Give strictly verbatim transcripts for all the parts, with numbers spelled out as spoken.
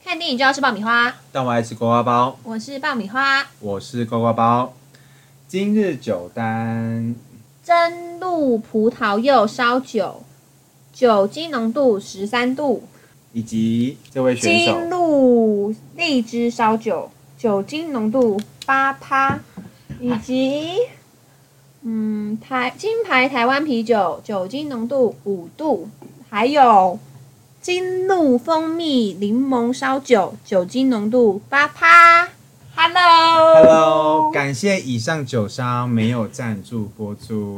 看电影就要吃爆米花， 但我爱吃呱呱包。 我是爆米花。 我是呱呱包。今日酒单： 真露葡萄柚烧酒，酒精浓度十三度。 以及这位选手金露荔枝烧酒，酒精浓度八趴，以及嗯台金牌台湾啤酒，酒精浓度五度，还有金露蜂蜜柠檬烧酒，酒精浓度八趴。Hello， Hello， 感谢以上酒商没有赞助播出，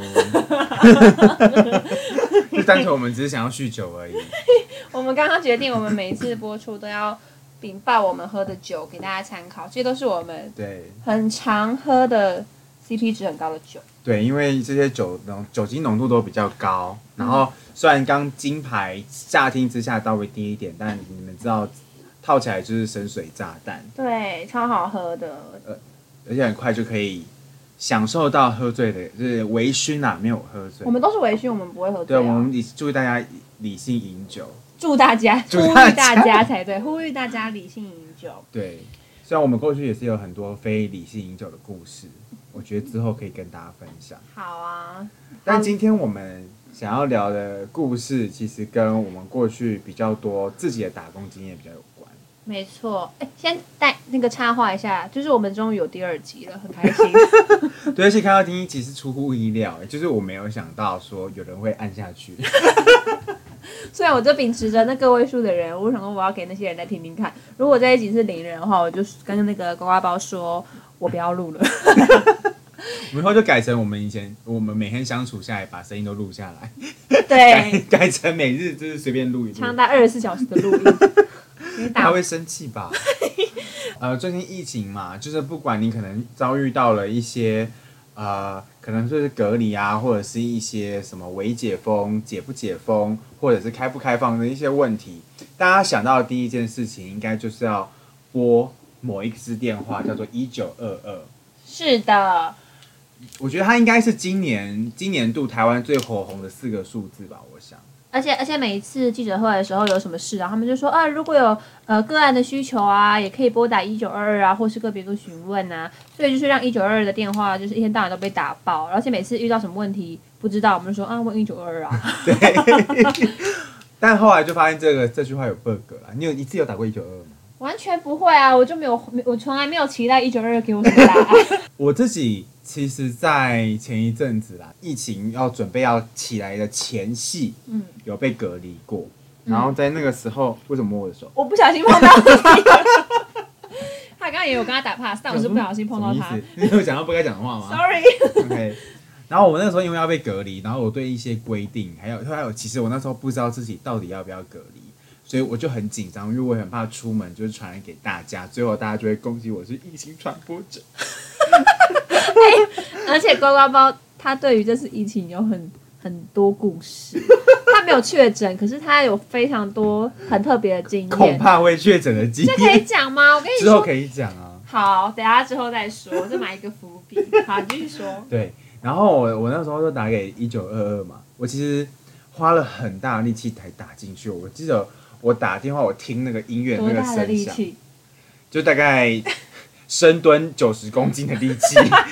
就单纯我们只是想要酗酒而已。 我们刚刚决定，我们每一次播出都要禀报我们喝的酒给大家参考，这些都是我们对很常喝的 C P 值很高的酒。 对，因为这些酒酒精浓度都比较高，然后虽然刚金牌乍听之下稍微低一点，但你们知道套起来就是深水炸弹， 对，超好喝的， 而且很快就可以享受到喝醉的，就是微醺啊，没有喝醉。 我们都是微醺，我们不会喝醉、啊。 对，我们理祝大家理性饮酒。 祝大家， 祝呼吁大家才对，呼吁大家理性饮酒。 对，虽然我们过去也是有很多非理性饮酒的故事，我觉得之后可以跟大家分享。 好啊， 但今天我们想要聊的故事，其实跟我们过去比较多自己的打工经验比较有关。 没错，哎，先带那个插话一下，就是我们终于有第二集了，很开心。 对，而且看到第一集是出乎意料，就是我没有想到说有人会按下去。 虽然我就秉持着那个位数的人，我想说我要给那些人再听听看。如果这一集是零人的话，我就跟那个呱呱包说，我不要录了。 我们以后就改成我们以前我们每天相处下来，把声音都录下来。 对， 改, 改成每日就是随便录一录， 长达二十四小时的录音。 他会生气吧？呃，最近疫情嘛，就是不管你可能遭遇到了一些呃，可能就是隔离啊，或者是一些什么微解封、解不解封，或者是开不开放的一些问题，大家想到的第一件事情，应该就是要拨某一支电话，叫做一九二二。 是的， 我觉得它应该是今年今年度台湾最火红的四个数字吧，我想。 而且而且每一次记者会的时候有什么事啊，他们就说啊，如果有呃个案的需求啊，也可以拨打一九二二啊，或是个别个询问啊，所以就是让一九二二的电话就是一天到晚都被打爆，而且每次遇到什么问题不知道，我们就说啊问一九二二啊。 对。但后来就发现这个这句话有 bug 啦。你有一次有打过一九二二吗？ 完全不会啊，我就没有，我从来没有期待一九二二给我什么答案。 我自己其实，在前一阵子啦，疫情要准备要起来的前夕，嗯，有被隔离过。然后在那个时候，为什么摸我的手？ 我不小心碰到你。他刚刚也有跟他打 pass， 但我是不小心碰到他。 你有讲到不该讲的话吗 ？Sorry。 OK。然后我那个时候因为要被隔离，然后我对一些规定，还有还有，其实我那时候不知道自己到底要不要隔离。所以我就很紧张，因为我很怕出门就是传染给大家，最后大家就会攻击我是疫情传播者。 欸、而且呱呱包他对于这次疫情有很很多故事，他没有确诊，可是他有非常多很特别的经验， 恐怕会确诊的经验。 这可以讲吗？我跟你说， 之后可以讲啊。 好，等一下之后再说，我再埋一个伏笔。好，继续说。 对，然后我我那时候就打给一九二二嘛，我其实花了很大的力气才打进去，我记得。我打电话，我听那个音乐那个声响，就大概深蹲九十公斤的力气。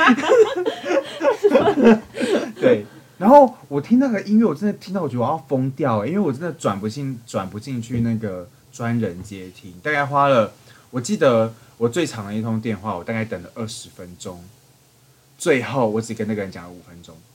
对，然后我听那个音乐，我真的听到我觉得我要疯掉，因为我真的转不进转不进去那个专人接听，大概花了，我记得我最长的一通电话，我大概等了二十分钟，最后我只跟那个人讲了五分钟。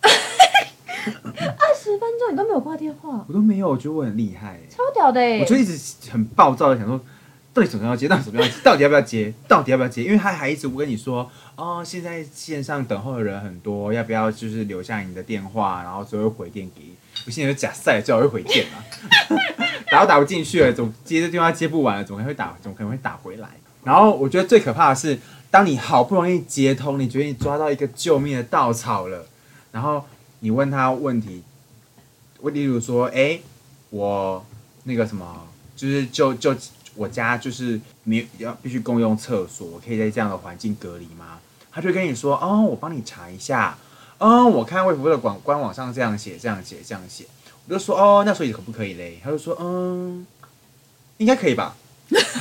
二十分钟你都没有挂电话？ 我都没有，我觉得我很厉害， 超屌的耶！ 我就一直很暴躁的想说，到底什么要接，到底什么要接，到底要不要接，到底要不要接？因为他还一直跟你说，哦，现在线上等候的人很多，要不要就是留下你的电话，然后只会回电给你。我现在就假赛，最好会回电啊，打都打不进去了，总接这电话接不完了，总会打，总可能会打回来。然后我觉得最可怕的是，当你好不容易接通，你觉得你抓到一个救命的稻草了，然后你问他问题。例如说，哎、欸，我那个什么，就是就就我家就是没要必须共用厕所，我可以在这样的环境隔离吗？他就跟你说，哦，我帮你查一下，哦，我看卫福部的官官网上这样写，这样写，这样写，我就说，哦，那所以可不可以嘞？他就说，嗯，应该可以吧。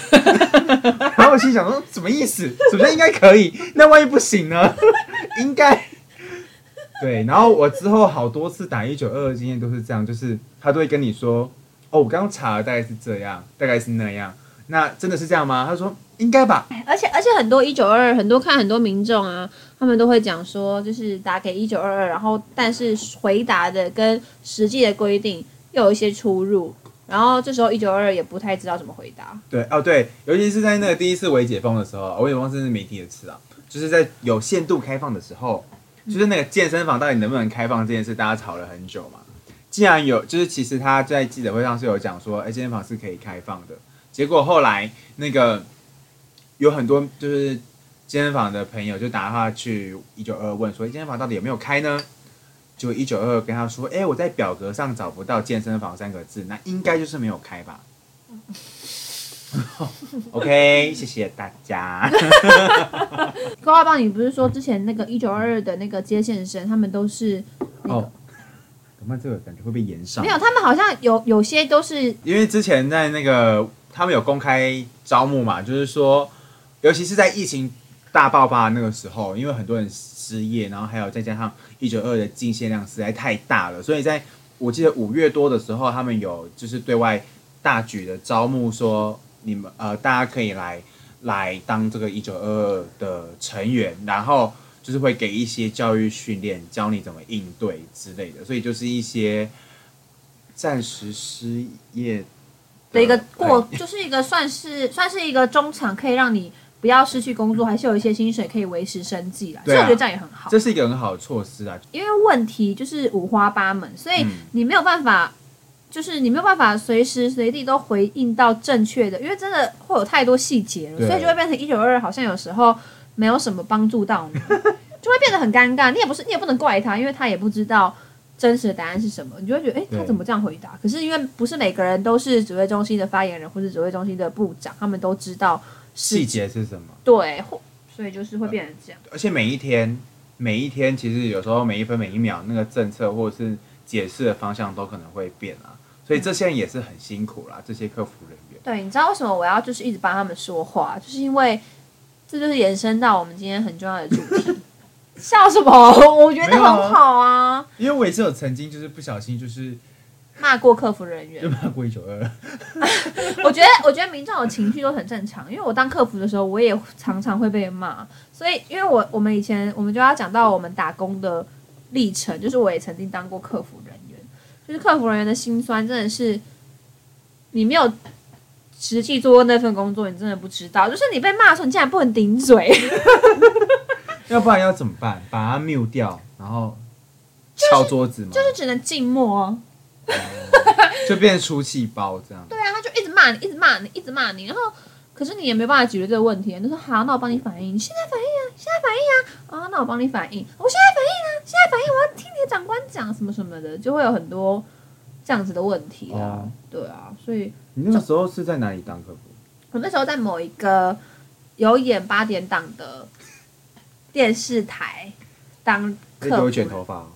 然后我心想说什么意思？什么叫应该可以？那万一不行呢？应该。对，然后我之后好多次打一九二二经验都是这样，就是他都会跟你说，哦，我刚刚查了，大概是这样，大概是那样。那真的是这样吗？他说应该吧。 而且而且很多一九二二，很多看很多民众啊，他们都会讲说，就是打给一九二二，然后但是回答的跟实际的规定又有一些出入，然后这时候一九二二也不太知道怎么回答。 对哦，对，尤其是在那个第一次微解封的时候，微解封是媒体的词啊，就是在有限度开放的时候。就是那个健身房到底能不能开放这件事，大家吵了很久嘛。既然有，就是其实他在记者会上是有讲说，哎、欸，健身房是可以开放的。结果后来那个有很多就是健身房的朋友就打电话去一九二二问说，健身房到底有没有开呢？结果一九二二跟他说，哎、欸，我在表格上找不到健身房三个字，那应该就是没有开吧。OK， 谢谢大家。 高阿邦，你不是说之前那个一九二二的那个接线生，他们都是、那個、哦， 怎么这个感觉会被延上？ 没有，他们好像有有些都是因为之前在那个他们有公开招募嘛，就是说，尤其是在疫情大爆发的那个时候，因为很多人失业，然后还有再加上一九二的进线量实在太大了，所以在我记得五月多的时候，他们有就是对外大举的招募说。你们呃，大家可以来来当这个一九二二的成员，然后就是会给一些教育训练，教你怎么应对之类的，所以就是一些暂时失业的一个过，就是一个算是算是一个中场，可以让你不要失去工作，还是有一些薪水可以维持生计啦。所以我觉得这样也很好， 这是一个很好的措施啊。 因为问题就是五花八门，所以你没有办法。就是你没有办法随时随地都回应到正确的，因为真的会有太多细节了，所以就会变成一九二二好像有时候没有什么帮助到你，就会变得很尴尬。你也不是，你也不能怪他，因为他也不知道真实的答案是什么，你就会觉得，哎、欸，他怎么这样回答？可是因为不是每个人都是指挥中心的发言人或是指挥中心的部长，他们都知道细节是什么， 对，所以就是会变成这样。 而且每一天，每一天其实有时候每一分每一秒，那个政策或者是解释的方向都可能会变啊。所以这些人也是很辛苦啦，这些客服人员。 对，你知道为什么我要就是一直帮他们说话，就是因为这就是延伸到我们今天很重要的主题。笑什么？我觉得很好啊。 因为我也是有曾经就是不小心就是骂过客服人员， 就骂过一九二。 我觉得我觉得民众有情绪都很正常，因为我当客服的时候，我也常常会被骂，所以因为我我们以前我们就要讲到我们打工的历程，就是我也曾经当过客服人员。就是客服人员的辛酸，真的是你没有实际做过那份工作，你真的不知道。就是你被骂的时候，你竟然不能顶嘴， 要不然要怎么办？把它 mute 掉，然后敲桌子吗？ 就是、就是只能静默、哦哦，就变成出气包这样。 对啊，他就一直骂你，一直骂你，一直骂你，然后可是你也没办法解决这个问题。你就说好，那我帮你反映，你现在反应啊，现在反应啊，啊、哦，那我帮你反应，我现在反应啊，现在反应，我要听你的长官讲什么什么的，就会有很多这样子的问题啊。哦、对啊，所以你那个时候是在哪里当客服？ 我那时候在某一个有演八点档的电视台当客服。 给我卷头发、哦。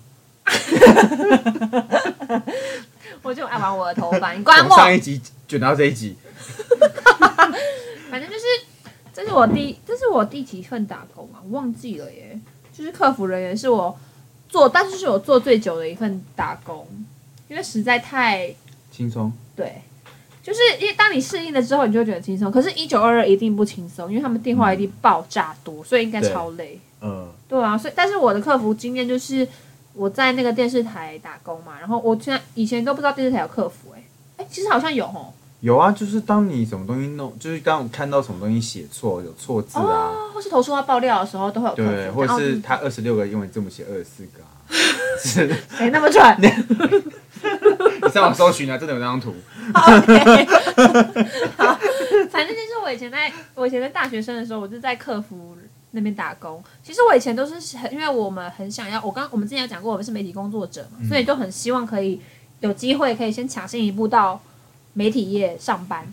我就爱玩我的头发，你关我。 上一集卷到这一集。 反正就是，这是我第，这是我第几份打工啊？我忘记了耶。就是客服人员是我做，但是是我做最久的一份打工，因为实在太轻松。 对，就是因为当你适应了之后，你就会觉得轻松。可是，一九二二一定不轻松，因为他们电话一定爆炸多，嗯、所以应该超累。嗯，对啊，所以但是我的客服经验就是我在那个电视台打工嘛，然后我现在以前都不知道电视台有客服、欸，哎哎，其实好像有哦。 有啊，就是当你什么东西弄，就是当我看到什么东西写错，有错字啊、 哦，或是投诉他爆料的时候，都会有客服。 对，或者是他二十六个英文字母写二十四个、啊， 是谁那么蠢？ 你上网搜寻啊，真的有那张图。 OK， 好，反正就是我以前在我以前在大学生的时候，我就在客服那边打工。其实我以前都是很，因为我们很想要，我刚我们之前有讲过，我们是媒体工作者嘛，嗯、所以就很希望可以有机会可以先抢先一步到媒体业上班。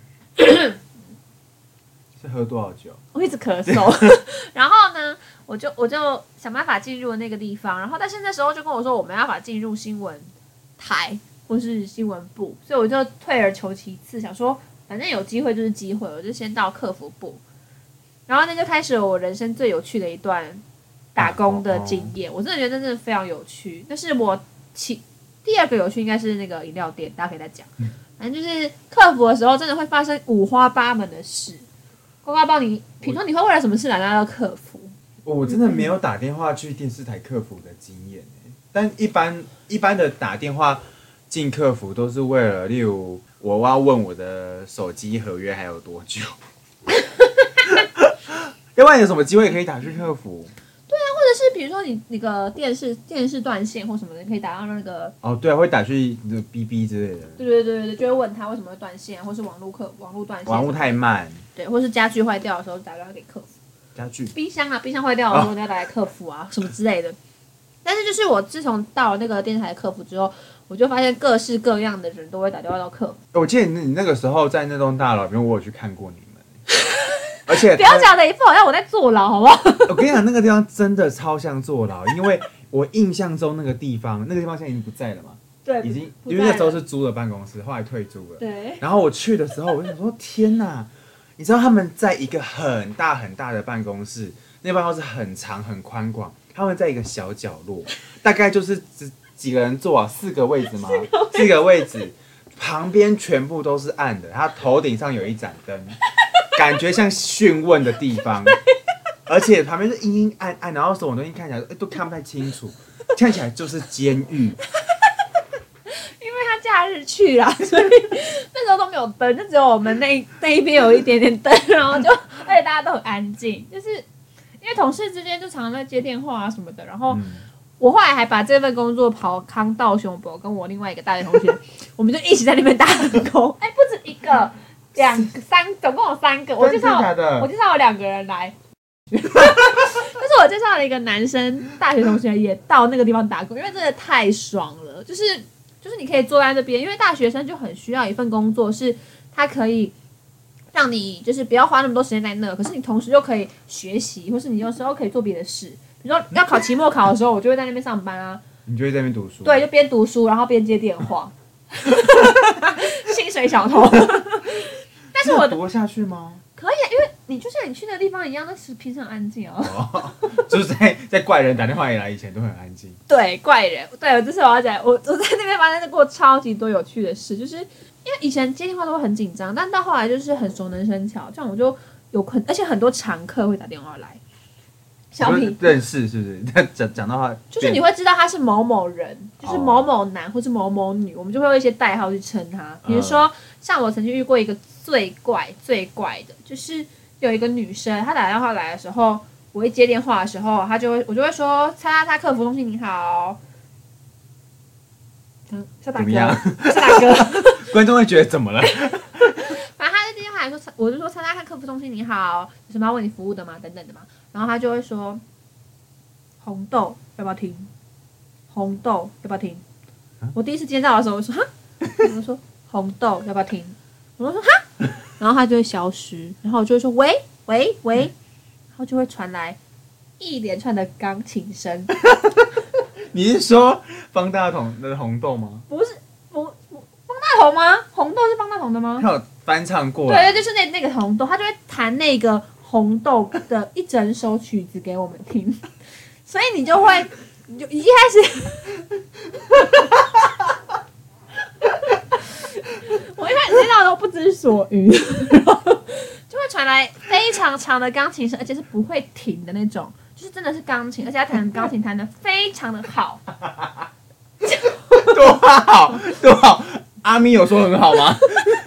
是喝多少酒？ 我一直咳嗽，然后呢，我就我就想办法进入那个地方，然后但是那时候就跟我说我没办法进入新闻台或是新闻部，所以我就退而求其次，想说反正有机会就是机会，我就先到客服部，然后那就开始了我人生最有趣的一段打工的经验。我真的觉得真的非常有趣。但是我其第二个有趣应该是那个饮料店，大家可以再讲。反正就是客服的时候，真的会发生五花八门的事。呱呱包你，比如说你会为了什么事来到客服？ 我真的没有打电话去电视台客服的经验、欸、但一般一般的打电话进客服都是为了，例如我要问我的手机合约还有多久，要不然有什么机会可以打去客服？ 对啊，或者是比如说你那个电视电视断线或什么的，可以打到那个哦，对啊，会打去那个 B B 之类的。 对对对对，就会问他为什么会断线，或是网络客网络断线， 网络太慢， 对，或是家具坏掉的时候打电话给客服。 家具冰箱啊，冰箱坏掉的时候你要打给客服啊，什么之类的。但是就是我自从到了那个电视台的客服之后，我就发现各式各样的人都会打电话到客服。 我记得你那个时候在那栋大楼里面，我有去看过你们，而且不要讲的一副好像我在坐牢，好不好？ 我跟你讲，那个地方真的超像坐牢，因为我印象中那个地方，那个地方现在已经不在了嘛。 对， 已经因为那时候是租的办公室，后来退租了。 对。 然后我去的时候，我就想说，天哪！你知道他们在一个很大很大的办公室，那办公室很长很宽广，他们在一个小角落，大概就是只几个人坐啊，四个位置吗？四个位置，旁边全部都是暗的，他头顶上有一盏灯，感觉像讯问的地方，而且旁边是阴阴暗暗，然后什么东西看起来都看不太清楚，看起来就是监狱。 他假日去啦，所以那时候都没有灯，就只有我们那那一边有一点点灯，然后就而且大家都很安静，就是因为同事之间就常常在接电话啊什么的。然后我后来还把这份工作跑康道熊博跟我另外一个大学同学，我们就一起在那边打工。哎、欸，不止一个，两三，总共有三个。我介绍我介绍了两个人来。但是我介绍了一个男生大学同学也到那个地方打工，因为真的太爽了，就是。就是你可以坐在那边，因为大学生就很需要一份工作，是他可以让你就是不要花那么多时间在那，可是你同时又可以学习，或是你有时候可以做别的事。比如说要考期末考的时候，我就会在那边上班啊。 你就会在那边读书？ 对，就边读书然后边接电话，薪水小偷。但是我读得下去吗？ 可以啊，因为你就像你去那个地方一样，那是平常很安静哦。 哦就是在在怪人打电话来以前都很安静。 对，怪人，对，这是我要讲，我我在那边发生过超级多有趣的事，就是因为以前接电话都会很紧张，但到后来就是很熟能生巧，这样我就有很，而且很多常客会打电话来。小品认识是不是？讲讲到话， 就是你会知道他是某某人，就是某某男或是某某女，我们就会用一些代号去称他。比如说，像我曾经遇过一个最怪最怪的，就是有一个女生，她打电话来的时候，我一接电话的时候，她就会我就会说：“叉叉叉客服中心你好。”嗯，小大哥，小大哥， 观众会觉得怎么了？ 反正他在电话来说，我就说：“叉叉叉客服中心你好，有什么要为你服务的吗？”等等的嘛。然后他就会说：“红豆要不要听？红豆要不要听？”我第一次接到的时候，我说：“哈。”我说：“红豆要不要听？”我说：“哈。”然后他就会消失，然后我就会说：“喂喂喂。”然后就会传来一连串的钢琴声。 你是说方大同的红豆吗？ 不是，不不，方大同吗？红豆是方大同的吗？ 他有翻唱过。 对对，就是那那个红豆，他就会弹那个红豆的一整首曲子给我们听，所以你就会，你就一开始，我一开始听到都不知所云，然后就会传来非常长的钢琴声，而且是不会停的那种，就是真的是钢琴，而且他弹钢琴弹得非常的好， 多好多好，阿咪有说很好吗？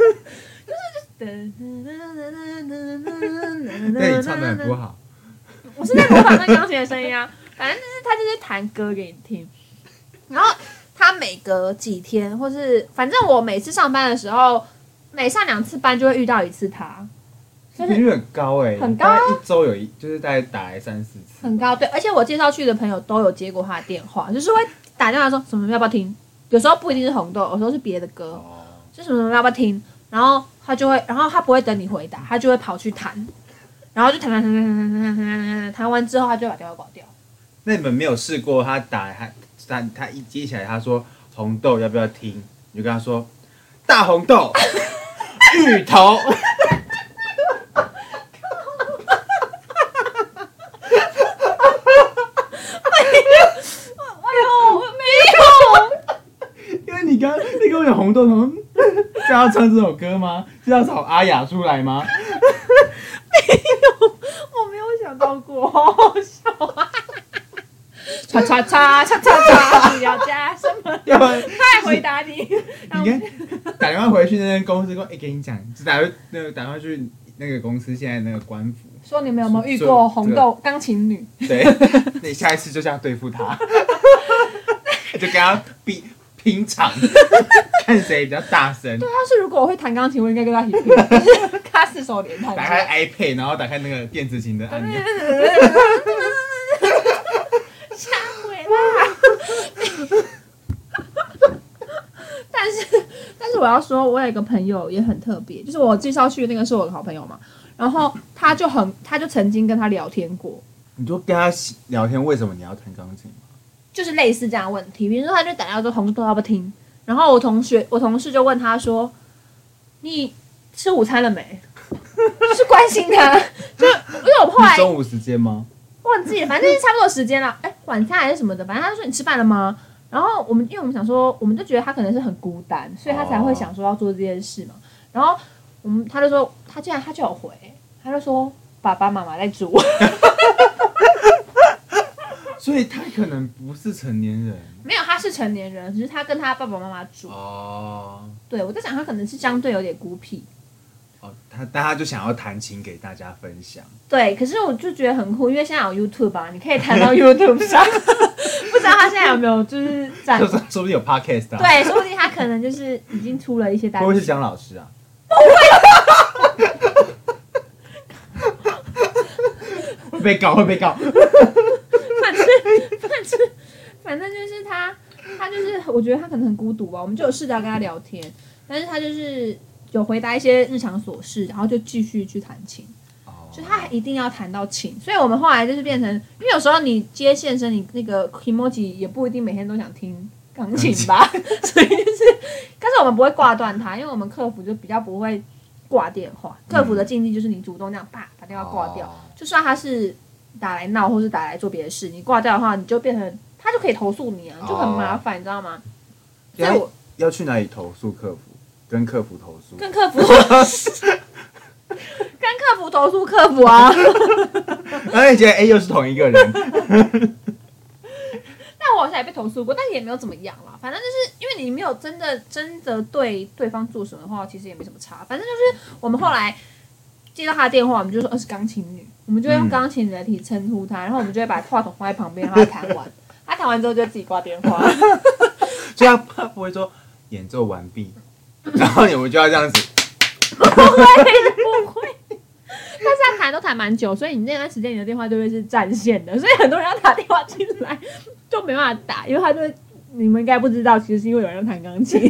那你唱的很不好。 我是在模仿那钢琴的声音啊，反正就是他就是弹歌给你听，然后他每隔几天，或是反正我每次上班的时候，每上两次班就会遇到一次他， 频率很高哎、欸， 很高、啊， 一周有一就是大概打来三四次， 很高。对，而且我介绍去的朋友都有接过他的电话，就是会打电话说什么要不要听，有时候不一定是红豆，有时候是别的歌，哦、就什么什么要不要听，然后他就会，然后他不会等你回答，他就会跑去弹。然后就弹弹弹弹弹弹弹弹弹完之后，他就把电话挂掉。 那你们没有试过他打他他他一接起来，他说红豆要不要听？你就跟他说大红豆， 芋头。你刚刚你跟我有红豆头，是要唱这首歌吗？是要找阿雅出来吗？ 没有，我没有想到过，好好笑啊！叉叉叉叉叉叉，你要加什么？ 要不然他还回答你。 你看打电话回去那间公司说，哎、欸，跟你讲，就打那个打电话去那个公司现在那个官服， 说你们有没有遇过红豆钢琴女？ 对，你下一次就这样对付他，就跟他比。拼场，看谁比较大声。 对，要是如果我会弹钢琴，我应该跟他一起拼，就是他四手连弹。 打开 iPad， 然后打开那个电子琴的按钮。 吓鬼啦！但是，但是我要说，我有一个朋友也很特别，就是我介绍去的那个是我的好朋友嘛，然后他就很，他就曾经跟他聊天过。 你就跟他聊天，为什么你要弹钢琴吗？ 就是类似这样的问题，比如说他就打电话说红豆要不要听，然后我同学我同事就问他说：“你吃午餐了没？”就是关心他，就因为我后来中午时间吗？ 忘记了，反正就是差不多时间了，哎，晚餐还是什么的，反正他就说你吃饭了吗？然后我们因为我们想说，我们就觉得他可能是很孤单，所以他才会想说要做这件事嘛。然后我们他就说，他竟然他就有回，他就说爸爸妈妈在煮。 所以他可能不是成年人， 没有，他是成年人，只是他跟他爸爸妈妈住。哦，对，我在想他可能是相对有点孤僻。 哦，他但他就想要弹琴给大家分享。 对，可是我就觉得很酷，因为现在有 YouTube 啊，你可以弹到 YouTube 上。不知道他现在有没有就是在， 说说不定有 Podcast 啊。 对，说不定他可能就是已经出了一些单曲。 会不会是姜老师啊？ 不会。 会被告，会被告。 反正反正反正就是他，他就是我觉得他可能很孤独吧。我们就有试着跟他聊天，但是他就是有回答一些日常琐事，然后就继续去弹琴。哦，就他一定要弹到琴，所以我们后来就是变成，因为有时候你接线生，你那个 Kimoji 也不一定每天都想听钢琴吧，所以就是，但是我们不会挂断他，因为我们客服就比较不会挂电话。客服的禁忌就是你主动那样啪把电话挂掉，哦、就算他是打来闹或是打来做别的事，你挂掉的话，你就变成他就可以投诉你啊，就很麻烦，哦、你知道吗？ 所以我要去哪里投诉客服？跟客服投诉？ 跟客服投诉？跟客服投诉客服啊！ 然后你觉得哎，又是同一个人。 但我好像也被投诉过，但也没有怎么样啦。反正就是因为你没有真的真的对对方做什么的话，其实也没什么差。反正就是我们后来接到他的电话，我们就说呃是钢琴女，我们就用钢琴女来提称呼他，然后我们就会把话筒放在旁边，让他弹完。他弹完之后就自己挂电话。 所以他他不会说演奏完毕，然后你们就要这样子。 不会不会。但是他弹都弹蛮久，所以你那段时间你的电话就会是占线的，所以很多人要打电话进来就没办法打，因为他就会你们应该不知道，其实是因为有人要弹钢琴。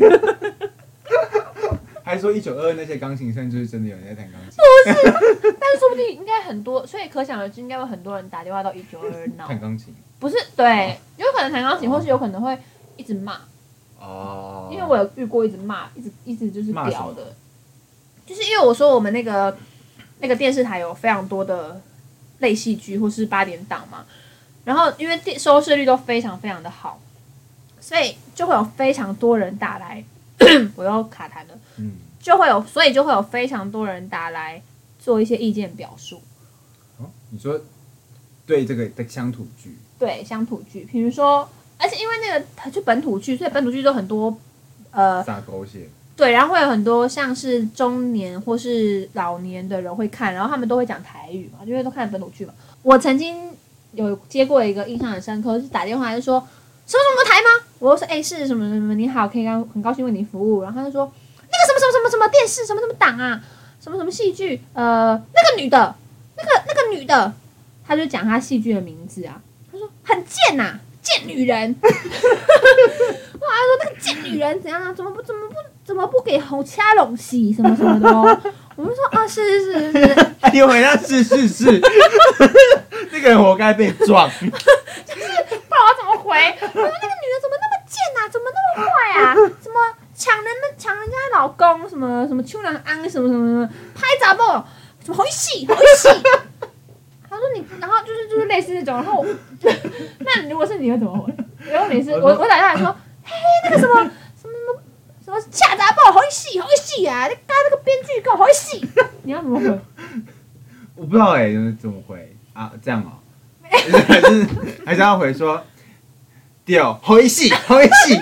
还是说一九二二那些钢琴声就是真的有人在弹钢琴？ 不是，但是说不定应该很多，所以可想而知，应该会很多人打电话到一九二二闹弹钢琴。 不是，对，有可能弹钢琴，或是有可能会一直骂。哦。因为我有遇过一直骂，一直一直就是屌的，就是因为我说我们那个。那个电视台有非常多的类戏剧或是八点档嘛，然后因为收视率都非常非常的好，所以就会有非常多人打来，我又卡痰了，嗯，就会有，所以就会有非常多人打来做一些意见表述。 哦，你说对这个的乡土剧？ 对乡土剧，比如说，而且因为那个它就本土剧，所以本土剧都很多呃撒狗血。 对，然后会有很多像是中年或是老年的人会看，然后他们都会讲台语嘛，因为都看本土剧嘛。我曾经有接过一个印象很深刻，是打电话就说什么什么台吗？我就说哎、欸、是什么什么，你好，可以刚很高兴为你服务。然后他就说那个什么什么什么什么电视什么什么档啊，什么什么戏剧，呃那个女的，那个那个女的，他就讲他戏剧的名字啊，他说很贱呐、啊，贱女人。哇，他说那个贱女人怎样啊？怎么不怎么不？怎么不给红掐拢戏什么什么的哦？我们说啊，是是是是， 哎呦，回答是是是，那个人活该被撞。就是不知道我怎么回。我说那个女的怎么那么贱啊？怎么那么坏啊？怎么抢人们抢人家老公什么什什么秋兰安什么什么什么拍杂不，什么好戏好戏。他说你，然后就是就是类似那种，然后我那如果是你会怎么回？如果你是我我打电话说，嘿那个什么什么什么什么恰杂不好戏好戏啊，你刚那个编剧够好戏，你要怎么回？ 我不知道哎、欸，怎么回啊？这样哦、喔，还是还是要回说，对，好戏好戏。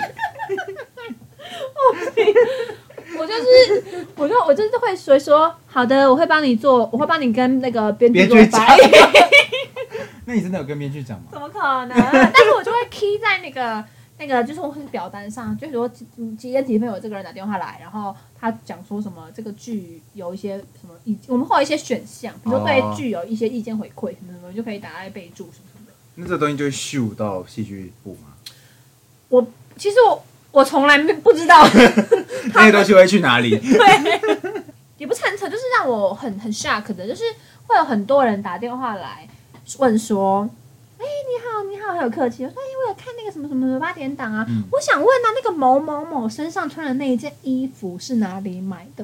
我就是，我就我就是会说说，好的，我会帮你做，我会帮你跟那个编剧做翻译。 那你真的有跟编剧讲吗？ 怎么可能？但是我就会 key 在那个那个就是我表单上，就是说几点几分有这个人打电话来，然后他讲说什么这个剧有一些什么意，我们会有一些选项，比如说对剧有一些意见回馈什么什么，就可以打在备注什么什么的。 那这个东西就会秀到戏剧部吗？ 我其实我。我从来没不知道那些东西会去哪里。 对，也不是很扯，就是让我很很 shock 的，就是会有很多人打电话来问说：“哎、欸，你好，你好，很有客气。”我说：“哎、欸，我有看那个什么什么什么八点档啊，嗯、我想问啊，那个某某某身上穿的那一件衣服是哪里买的？”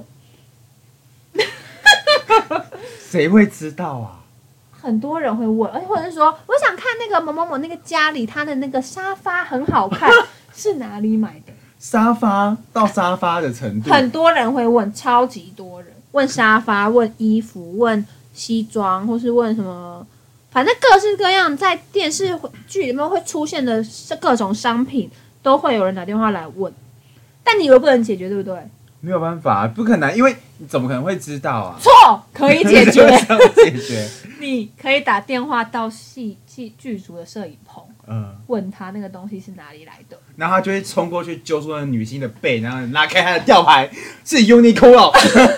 谁会知道啊？ 很多人会问，而且或者是说，我想看那个某某某那个家里他的那个沙发很好看。是哪里买的？ 沙发到沙发的程度， 很多人会问，超级多人问沙发、问衣服、问西装，或是问什么，反正各式各样在电视剧里面会出现的各种商品，都会有人打电话来问。但你以为不能解决，对不对？ 没有办法，不可能，因为你怎么可能会知道啊？ 错，可以解决， 解决。 你可以打电话到戏剧剧组的摄影棚。 嗯， 问他那个东西是哪里来的， 然后他就会冲过去揪住那个女星的背，然后拉开她的吊牌，是 Uniqlo，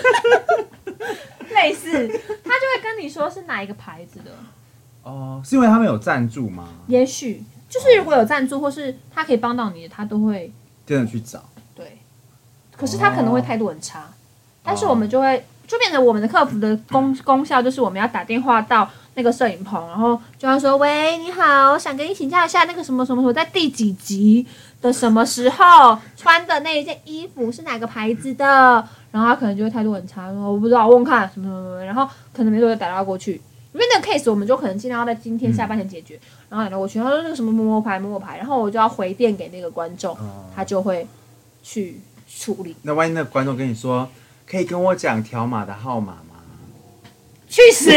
类似，他就会跟你说是哪一个牌子的。 哦，是因为他们有赞助吗？ 也许就是如果有赞助，或是他可以帮到你，他都会真的去找。 对，可是他可能会态度很差，哦、但是我们就会就变成我们的客服的功功效就是我们要打电话到。那个摄影棚，然后就要说：“喂，你好，想跟你请教一下，那个什么什么，我在第几集的什么时候穿的那一件衣服是哪个牌子的？”然后他可能就会态度很差，说：“我不知道，我问看什么什么什么。”然后可能没多久打电话过去，因为那个 case 我们就可能尽量要在今天下半天解决。嗯、然后打电话过去，他说那个什么某某牌某某牌，然后我就要回电给那个观众，哦、他就会去处理。 那万一那个观众跟你说：“可以跟我讲条码的号码吗？” 去死！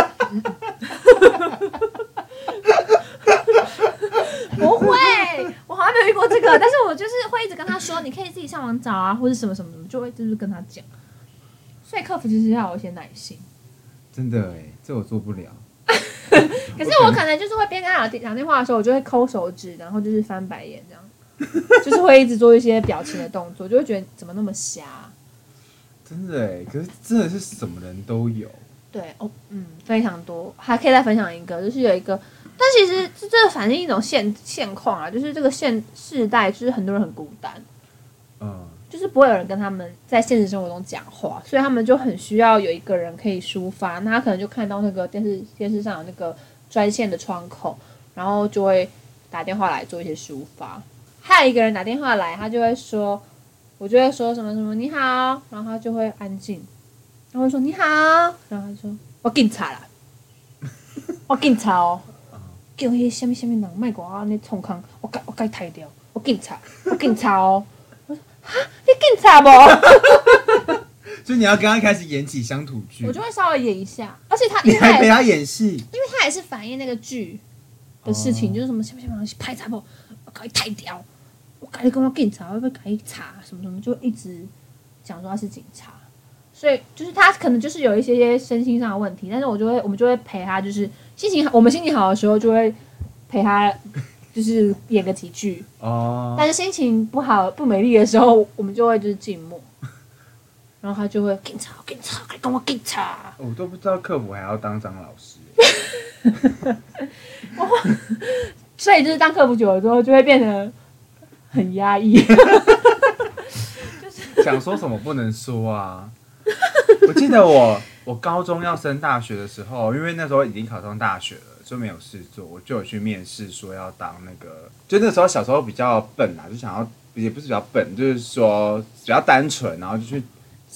不会，我好像没有遇过这个，但是我就是会一直跟他说，你可以自己上网找啊，或者什么什么什么，就会就是跟他讲。所以客服其实要有一些耐心。 真的哎，这我做不了。 可是我可能就是会边跟他讲电话的时候，我就会抠手指，然后就是翻白眼这样，就是会一直做一些表情的动作，就会觉得怎么那么瞎。 真的哎，可是真的是什么人都有。 对哦，嗯，非常多，还可以再分享一个，就是有一个，但其实这这反映一种现现况啊，就是这个现世代，就是很多人很孤单，嗯，就是不会有人跟他们在现实生活中讲话，所以他们就很需要有一个人可以抒发，那他可能就看到那个电视电视上有那个专线的窗口，然后就会打电话来做一些抒发。还有一个人打电话来，他就会说，我就会说什么什么你好，然后他就会安静。然后就说你好，然后他说我警察啦，我警察哦，叫迄什么什么人卖给我安尼冲康，我该我该抬掉，我警察，我警察哦。我说哈，你警察不？ 所以你要跟他开始演起乡土剧， 我就会稍微演一下，而且他你还陪他演戏， 因为他也是反映那个剧的事情，哦、就是什么什么什么东西拍查不，我该抬掉，我该跟我警察，我要该查什么什么，就一直讲说他是警察。所以就是他可能就是有一些些身心上的问题，但是我就会我们就会陪他，就是心情好，我们心情好的时候就会陪他，就是演个几句哦。但是心情不好不美丽的时候，我们就会就是静默，然后他就会警察警察，快跟我警察。 我都不知道客服还要当张老师， 所以就是当客服久了之后，就会变得很压抑， 就是想说什么不能说啊。我记得我我高中要升大学的时候，因为那时候已经考上大学了，就没有事做，我就有去面试，说要当那个，就那时候小时候比较笨啊，就想要也不是比较笨，就是说比较单纯，然后就去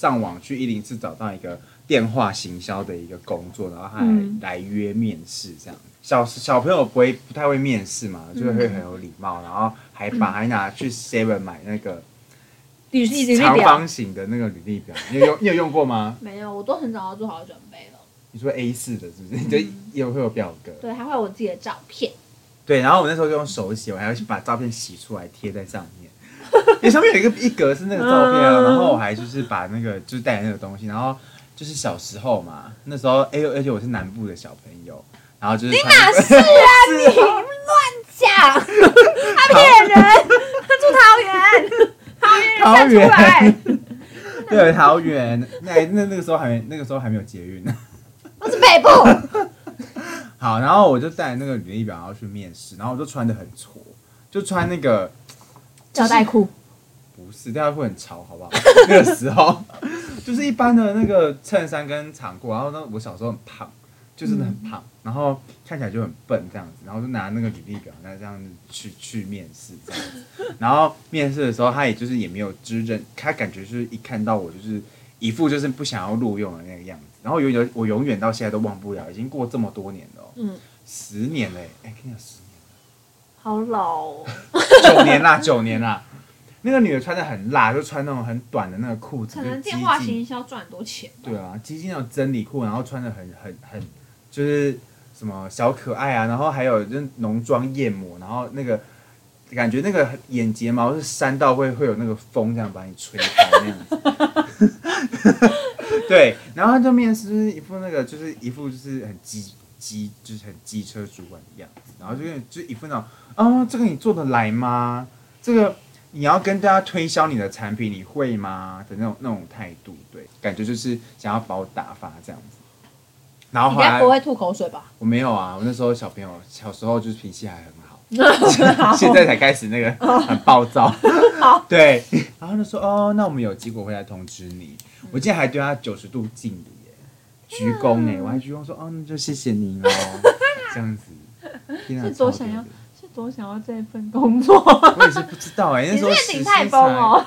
上网去一零四找到一个电话行销的一个工作，然后他来、嗯、来约面试这样。小小朋友不会不太会面试嘛，就会很有礼貌，然后还把还拿去 Seven 买那个长方形的那个履历表，你有用你有用过吗？ 没有，我都很早就做好准备了。 你说 A 四 的是不是？就也会有表格， 对，还会有我自己的照片。 对，然后我那时候就用手写，我还要把照片洗出来贴在上面。因为上面有一个一格是那个照片啊，然后我还就是把那个就是带那个东西，然后就是小时候嘛，那时候哎而且我是南部的小朋友，然后就是你哪是啊你乱讲，他骗人，他住桃园，桃园人站出来， 对桃园，那那那个时候还没那个时候还没有捷运呢， 我是北部。 好，然后我就带那个履历表，然后去面试，然后我就穿得很挫，就穿那个吊带裤， 不是吊带裤很潮，好不好？那个时候就是一般的那个衬衫跟长裤，然后呢，我小时候很胖，就真的很胖，嗯、然后看起来就很笨这样子，然后就拿那个履历表，那这样子去去面试这样子，然后面试的时候，他也就是也没有知认，他感觉就是一看到我就是一副就是不想要录用的那个样子。然后永我永远到现在都忘不了，已经过这么多年了、哦，嗯，十年嘞，哎，跟你讲十年了， 好老哦， 九年啦，九年啦。那个女的穿得很辣，就穿那种很短的那个裤子， 可能电话行销赚很多钱。 对啊，基金那种真理裤，然后穿得很很很，就是什么小可爱啊，然后还有就是浓妆艳抹，然后那个感觉那个眼睫毛是扇到会会有那个风这样把你吹开那样子。对，然后他就面试，就是一副那个，就是一副就是很机机，就是很机车主管的样子，然后就就一副那种，啊，这个你做得来吗？这个你要跟大家推销你的产品，你会吗？的那种那种态度，对，感觉就是想要把我打发这样子。然后后来你应该不会吐口水吧？ 我没有啊，我那时候小朋友小时候就是脾气还很好，现在才开始那个很暴躁。对，然后他说哦，那我们有结果会来通知你。我今天还对他九十度敬礼耶，鞠躬哎，我还鞠躬说哦，那就谢谢您哦，这样子。 是多想要，是多想要这份工作。 我也是不知道哎，那时候你是鼎泰丰哦，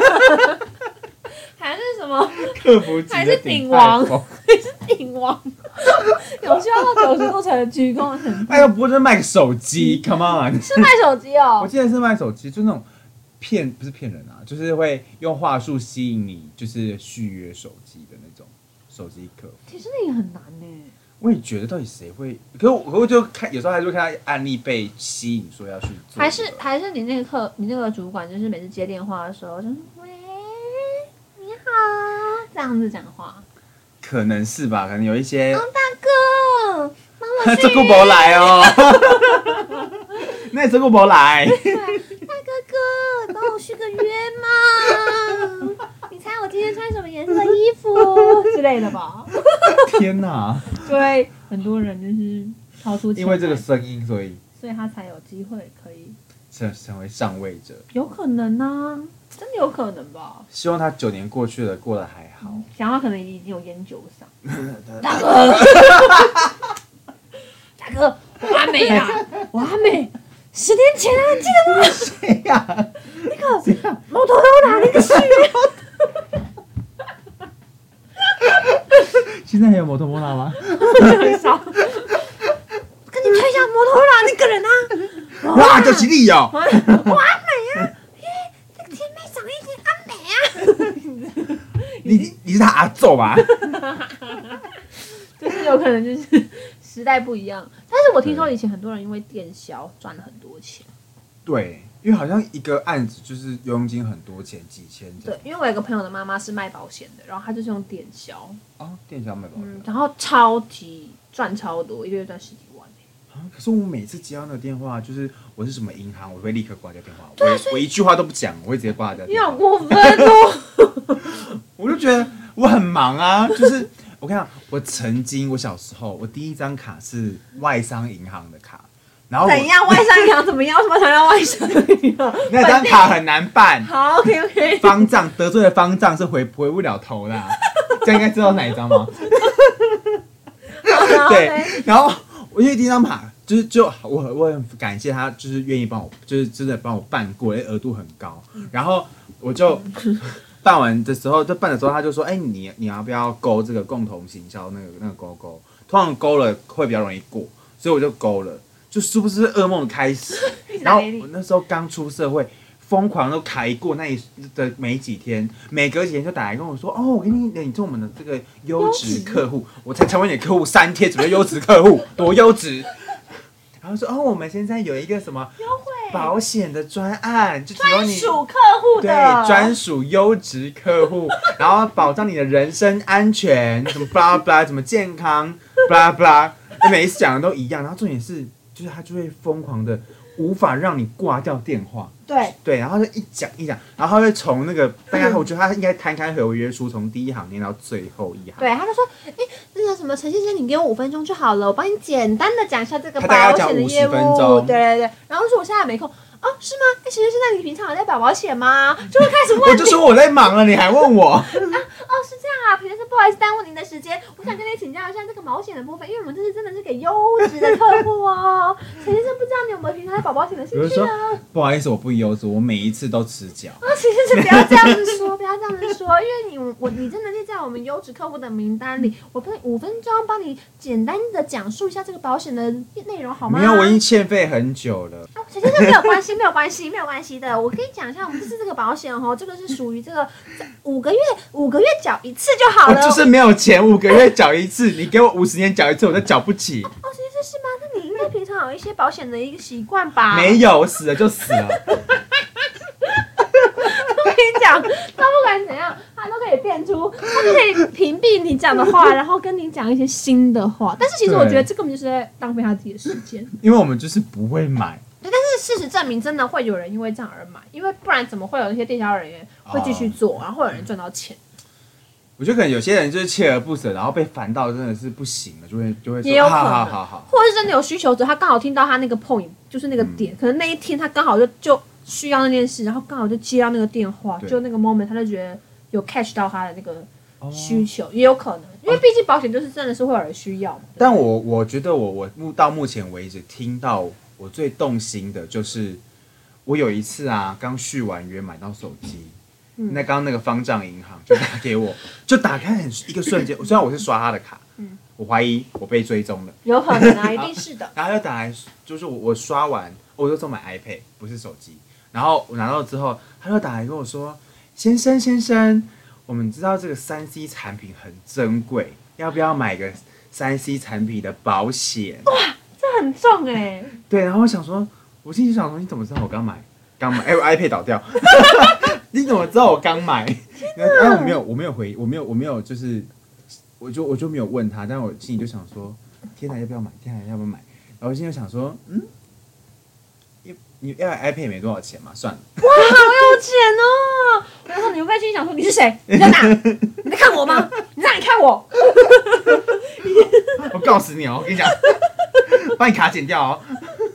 还是什么客服级的鼎王？还是鼎王？有需要到九十度才能鞠躬很。 哎呦，不是卖个手机 ，Come on， 是卖手机哦。 我记得是卖手机，就那种。骗不是骗人啊，就是会用话术吸引你，就是续约手机的那种手机客服。 其实那也很难呢。 我也觉得，到底谁会？可我可我就看，有时候还是会看到案例被吸引，说要去做、這個。 还是还是你那个客，你那个主管，就是每次接电话的时候，就是喂，你好，这样子讲话。 可能是吧，可能有一些。 王大哥，帮我去。 这顾不来哦。那这顾不来。 大哥哥，帮我续个约嘛？你猜我今天穿什么颜色的衣服之类的吧？ 天哪！ 对，很多人就是掏出钱， 因为这个声音，所以所以他才有机会可以成成为上位者。 有可能啊，真的有可能吧？ 希望他九年过去了，过得还好。嗯、 想他可能已经有烟酒嗓。大哥，大哥，我阿美啊，我阿美。十年前啊，你记得吗？ 谁呀、啊？ 那个摩托罗拉那个续约。 现在还有摩托罗拉吗？ 很少。我跟你推销摩托罗拉那个人啊。 哇，就是你哦！ 我阿美啊，那个甜妹长一点阿美啊。 你你是他阿祖吧？ 就是有可能就是时代不一样，但是我听说以前很多人因为电销赚了很多钱。 对，因为好像一个案子就是佣金很多钱，几千。 对，因为我有个朋友的妈妈是卖保险的，然后他就是用电销。 哦，电销卖保险、嗯， 然后超级赚超多，一个月赚十几万。 啊！可是我每次接到那个电话，就是我是什么银行，我会立刻挂掉电话，我我一句话都不讲，我会直接挂掉电话。 你好过分哦！ 我就觉得我很忙啊，就是我跟你讲，我曾经我小时候，我第一张卡是外商银行的卡，然后怎样？外商银行怎么样？为什么想要外商银行？ 那张卡很难办。 好 ，OK OK。 方丈得罪的方丈是回回不了头的、啊，这样应该知道哪一张吗？对，然后。我因为第一张卡就是就我我很感谢他，就是愿意帮我，就是真的帮我办过，因为额度很高。然后我就办完的时候，在办的时候，他就说：“哎、欸，你你要不要勾这个共同行销那个那个勾勾？通常勾了会比较容易过，所以我就勾了。就殊不知噩梦的开始。然后我那时候刚出社会，疯狂都开过那一的没几天，每隔几天就打来跟我说：哦，我给你，你做我们的这个优质客户，我才成为你的客户三天，怎么优质客户？多优质！”然后说：“哦，我们现在有一个什么优惠保险的专案，就只有你专属客户的， 对，专属优质客户，然后保障你的人身安全，什么巴拉巴拉，怎么健康，巴拉巴拉，每一次讲的都一样。然后重点是，就是他就会疯狂的无法让你挂掉电话。” 对对，然后就一讲一讲，然后他会从那个大概，我觉得他应该摊开合约书，从第一行念到最后一行。 对，他就说：“哎，那个什么陈先生，你给我五分钟就好了，我帮你简单的讲一下这个保险的业务。”对对对，然后说我现在没空。哦，是吗？哎，陈先生，那你平常有在保保险吗？就会开始问你。 我就说我在忙了，你还问我？ 啊，哦，是这样啊，陈先生，不好意思耽误您的时间，我想跟你请教一下这个保险的部分，因为我们这是真的是给优质的客户哦。陈先生，不知道你有没有平常在保保险的兴趣呢？ 不好意思，我不优质，我每一次都迟缴。 啊，陈先生，不要这样子说，不要这样子说，因为你我你真的是在我们优质客户的名单里，我帮你五分钟帮你简单的讲述一下这个保险的内容好吗？ 没有，我已经欠费很久了。 哦，陈先生，没有关系，没有关系，没有关系的。我跟你讲一下，我们这次这个保险哦，这个是属于这个五个月五个月缴一次就好了。 我就是没有钱，五个月缴一次，你给我五十年缴一次，我都缴不起。 哦，陈先生是吗？那你应该平常有一些保险的一个习惯吧？ 没有，我死了就死了。 我跟你讲，他不管怎样，他都可以变出，他就可以屏蔽你讲的话，然后跟你讲一些新的话。但是其实我觉得这根本就是在浪费他自己的时间， 因为我们就是不会买。 对，但是事实证明，真的会有人因为这样而买，因为不然怎么会有那些电销人员会继续做，然后会有人赚到钱？ 我觉得可能有些人就是锲而不舍，然后被烦到真的是不行了，就会就会说也有可能， 好好好， 或者是真的有需求者，他刚好听到他那个 point， 就是那个点，嗯、可能那一天他刚好就就需要那件事，然后刚好就接到那个电话，就那个 moment， 他就觉得有 catch 到他的那个需求，哦、也有可能，因为毕竟保险就是真的是会有人需要嘛。 但我我觉得我我目到目前为止听到我最动心的就是，我有一次啊，刚续完约买到手机。嗯、那刚刚那个方丈银行就打给我，就打开很一个瞬间，虽然我是刷他的卡，嗯、我怀疑我被追踪了， 有可能啊，一定是的。 然后他就打来，就是我我刷完，我就说买 iPad 不是手机，然后我拿到之后，他就打来跟我说，先生先生，我们知道这个三 C 产品很珍贵，要不要买个三 C 产品的保险？ 哇，这很重哎、欸。 对，然后我想说，我心里想说，你怎么知道我刚买？刚买，哎、欸，我 iPad 倒掉。你怎么知道我刚买？然后我没有，我没有回，我没有，我没有，就是，我就我就没有问他，但我心里就想说，天哪，要不要买？天哪，要不要买？然后我心里就想说，嗯，你要 iPad 也没多少钱嘛，算了。 哇，好有钱哦！然后你会不会心里想说，你是谁？你在哪？你在看我吗？你在哪里看我？ 我告死你哦！我跟你讲，把你卡剪掉哦。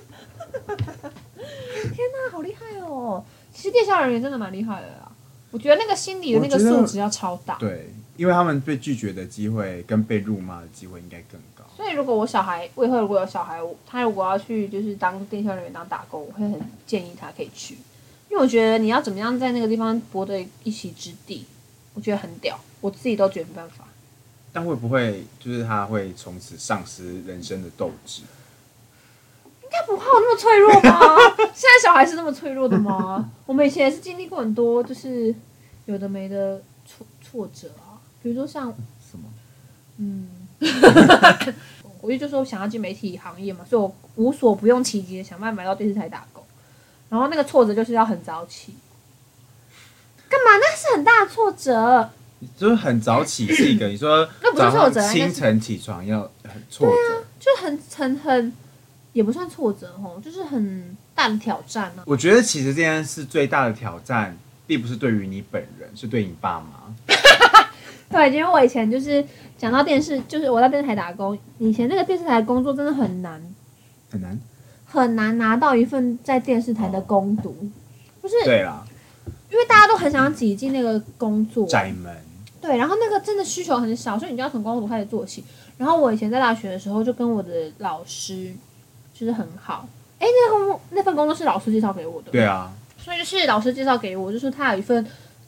天哪，好厉害哦！其实电销人员真的蛮厉害的啦，我觉得那个心理的那个素质要超大。 对，因为他们被拒绝的机会跟被辱骂的机会应该更高。 所以如果我小孩，我以后如果有小孩，他如果要去就是当电销人员当打工，我会很建议他可以去，因为我觉得你要怎么样在那个地方博得一席之地，我觉得很屌，我自己都觉得没办法。 但会不会就是他会从此丧失人生的斗志？ 应该不会有那么脆弱吧？现在小孩是那么脆弱的吗？我们以前也是经历过很多，就是有的没的挫挫折啊，比如说像什么， 嗯，我就说想要进媒体行业嘛，所以我无所不用其极的想办法来到电视台打工。然后那个挫折就是要很早起，干嘛？那是很大的挫折。 就是很早起是一个，你说那不是挫折， 清晨起床要很挫折， 对啊，就很很很。也不算挫折吼，就是很大的挑战啊。 我觉得其实这件事最大的挑战，并不是对于你本人，是对你爸妈。 对，因为我以前就是讲到电视，就是我在电视台打工，以前那个电视台工作真的很难， 很难， 很难拿到一份在电视台的工读，哦、不是？ 对啦， 因为大家都很想挤进那个工作窄门。 对，然后那个真的需求很少，所以你就要从工读开始做起。然后我以前在大学的时候，就跟我的老师。就是很好，哎、欸，那份那份工作是老师介绍给我的。 对啊， 所以就是老师介绍给我，就是他有一份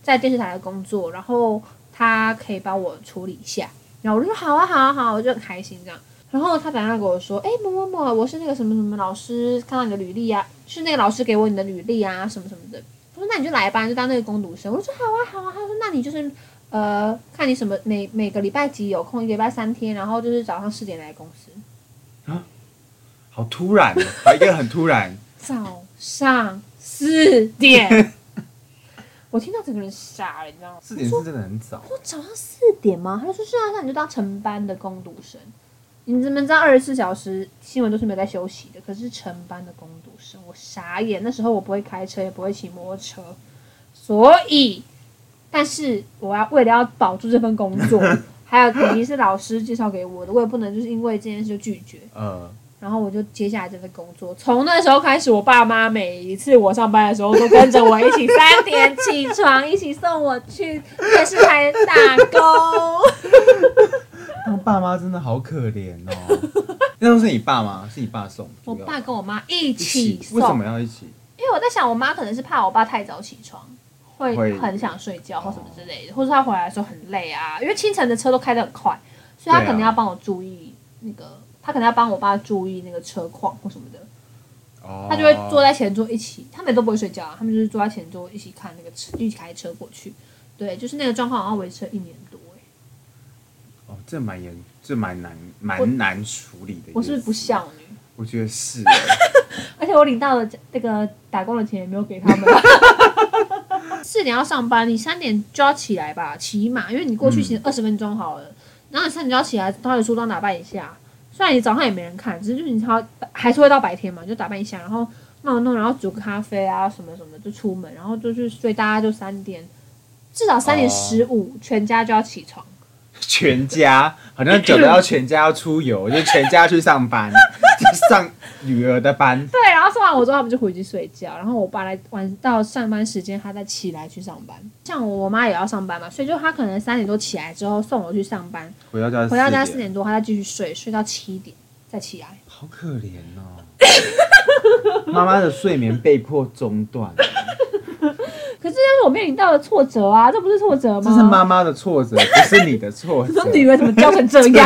在电视台的工作，然后他可以帮我处理一下，然后我就说好啊好啊好啊，我就很开心这样。然后他打电话给我说，哎、欸，某某某，我是那个什么什么老师，看到你的履历啊，是那个老师给我你的履历啊，什么什么的。他说那你就来吧，你就当那个工读生。我就说好啊好啊。他说那你就是呃，看你什么每每个礼拜几有空，一个礼拜三天，然后就是早上四点来公司。 啊，好突然，好一个很突然。 早上四点，我听到整个人傻了，你知道吗？ 四点是真的很早。 我说早上四点吗？他就说是啊，那你就当承班的工读生。你怎么知道二十四小时新闻都是没有在休息的？可是承班的工读生，我傻眼。那时候我不会开车，也不会骑摩托车，所以，但是我要为了要保住这份工作，还有肯定是老师介绍给我的，我也不能就是因为这件事就拒绝。呃，然后我就接下来这份工作。从那时候开始，我爸妈每一次我上班的时候，都跟着我一起三点起床，一起送我去电视台打工。 当爸妈真的好可怜哦。那都是你爸吗？是你爸送？ 我爸跟我妈一起送。 为什么要一起？ 因为我在想，我妈可能是怕我爸太早起床，会很想睡觉或什么之类的，或者他回来的时候很累啊。因为清晨的车都开得很快，所以他可能要帮我注意那个，他可能要帮我爸注意那个车况或什么的。哦。他就会坐在前座一起，他们都不会睡觉啊，他们就是坐在前座一起看那个车，一起开车过去。对，就是那个状况好像维持了一年多。 哦，这蛮严，这蛮难，蛮难处理的。 我是不是不孝女？ 我觉得是。 而且我领到的那个打工的钱也没有给他们。四点要上班，你三点就要起来吧，起码，因为你过去其实二十分钟好了，嗯、然后你三点就要起来，到底梳妆打扮一下。虽然你早上也没人看，只是就是你还还是会到白天嘛，就打扮一下，然后弄一弄，然后煮个咖啡啊什么什么就出门，然后就去睡，大家就三点，至少三点十五，全家就要起床。 全家好像久的要全家要出游，就全家去上班，就上女儿的班。 对，然后送完我之后，他们就回去睡觉。然后我爸来晚到上班时间，他再起来去上班。像我妈也要上班嘛，所以就他可能三点多起来之后送我去上班， 回到家回到家四点多，他再继续睡，睡到七点再起来。 好可怜哦，妈妈的睡眠被迫中断。 可是这是我面临到的挫折啊，这不是挫折吗？ 这是妈妈的挫折，不是你的挫折。 你说女儿怎么教成这样？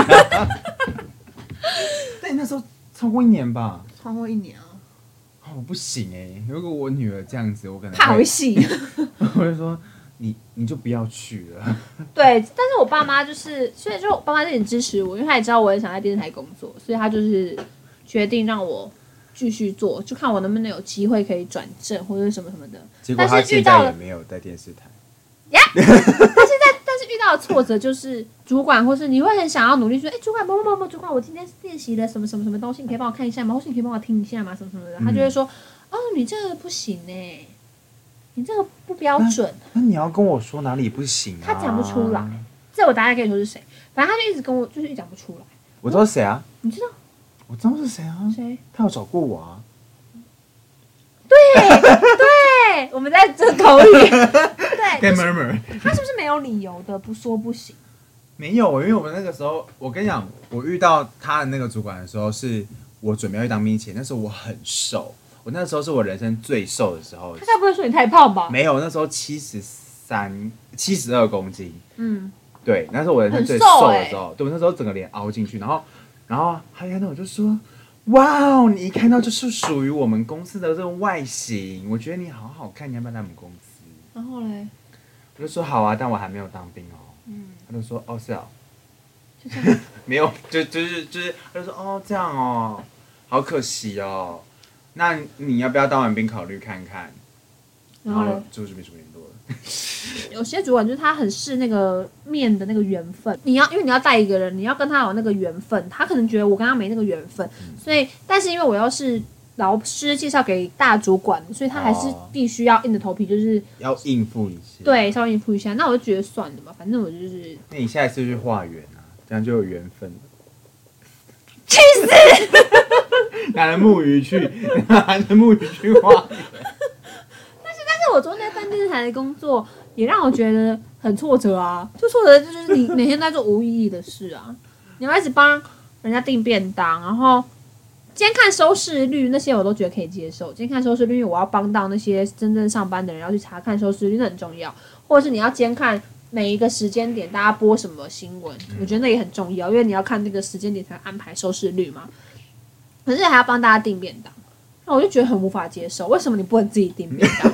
但你那时候超过一年吧？ 超过一年啊！ 哦，我不行哎、欸，如果我女儿这样子，我可能怕会戏。 我就说你你就不要去了。 对，但是我爸妈就是，所以就我爸妈就很支持我，因为他也知道我也想在电视台工作，所以他就是决定让我继续做，就看我能不能有机会可以转正或者什么什么的。 结果他现在也没有在电视台。 呀、yeah! 但是在但是遇到的挫折就是主管，或是你会很想要努力说，哎、欸，主管某某某主管，我今天练习了什么什么什么东西，你可以帮我看一下吗？或是你可以帮我听一下吗？什么什么的，他就会说，哦，你这个不行哎、欸，你这个不标准。 那, 那你要跟我说哪里不行啊？ 他讲不出来，这我大概可以说是谁，反正他就一直跟我，就是讲不出来。 我知道谁啊？ 你知道？ 我知道是谁啊？ 谁？ 他有找过我啊。 对对，我们在这口语。对， 跟 murmur， 他是不是没有理由的不说不行？ 没有，因为我们那个时候，我跟你讲，我遇到他的那个主管的时候，是我准备要去当兵前，那时候我很瘦，我那时候是我人生最瘦的时候。 他该不会说你太胖吧？ 没有，那时候七十三、七十二公斤。嗯，对，那时候我人生最瘦的时候，欸、对，我那时候整个脸凹进去，然后，然后他看到我就说。哇哦！你一看到就是属于我们公司的这种外形，我觉得你好好看，你要不要来我们公司？ 然后嘞， 我就说好啊，但我还没有当兵哦。嗯，他就说哦是啊， 就这样， 没有，就就是就是，他就说哦这样哦，好可惜哦。那你要不要当完兵考虑看看？然后就是没什么联络了。 有些主管就是他很视那个面的那个缘分，你要因为你要带一个人，你要跟他有那个缘分，他可能觉得我跟他没那个缘分，嗯、所以但是因为我要是老师介绍给大主管，所以他还是必须要硬着头皮，就是要应付一下， 对，稍微应付一下。那我就觉得算了嘛，反正我就是。 那你下一次就去化缘啊，这样就有缘分了。 去死！ 拿着木鱼去，拿着木鱼去化缘。 我做那份电视台的工作，也让我觉得很挫折啊！就挫折就是你每天在做无意义的事啊，你要一直帮人家订便当，然后监看收视率那些我都觉得可以接受，监看收视率，因为我要帮到那些真正上班的人要去查看收视率，那很重要。或者是你要监看每一个时间点大家播什么新闻，我觉得那也很重要，因为你要看那个时间点才安排收视率嘛。可是还要帮大家订便当，那我就觉得很无法接受，为什么你不能自己订便当？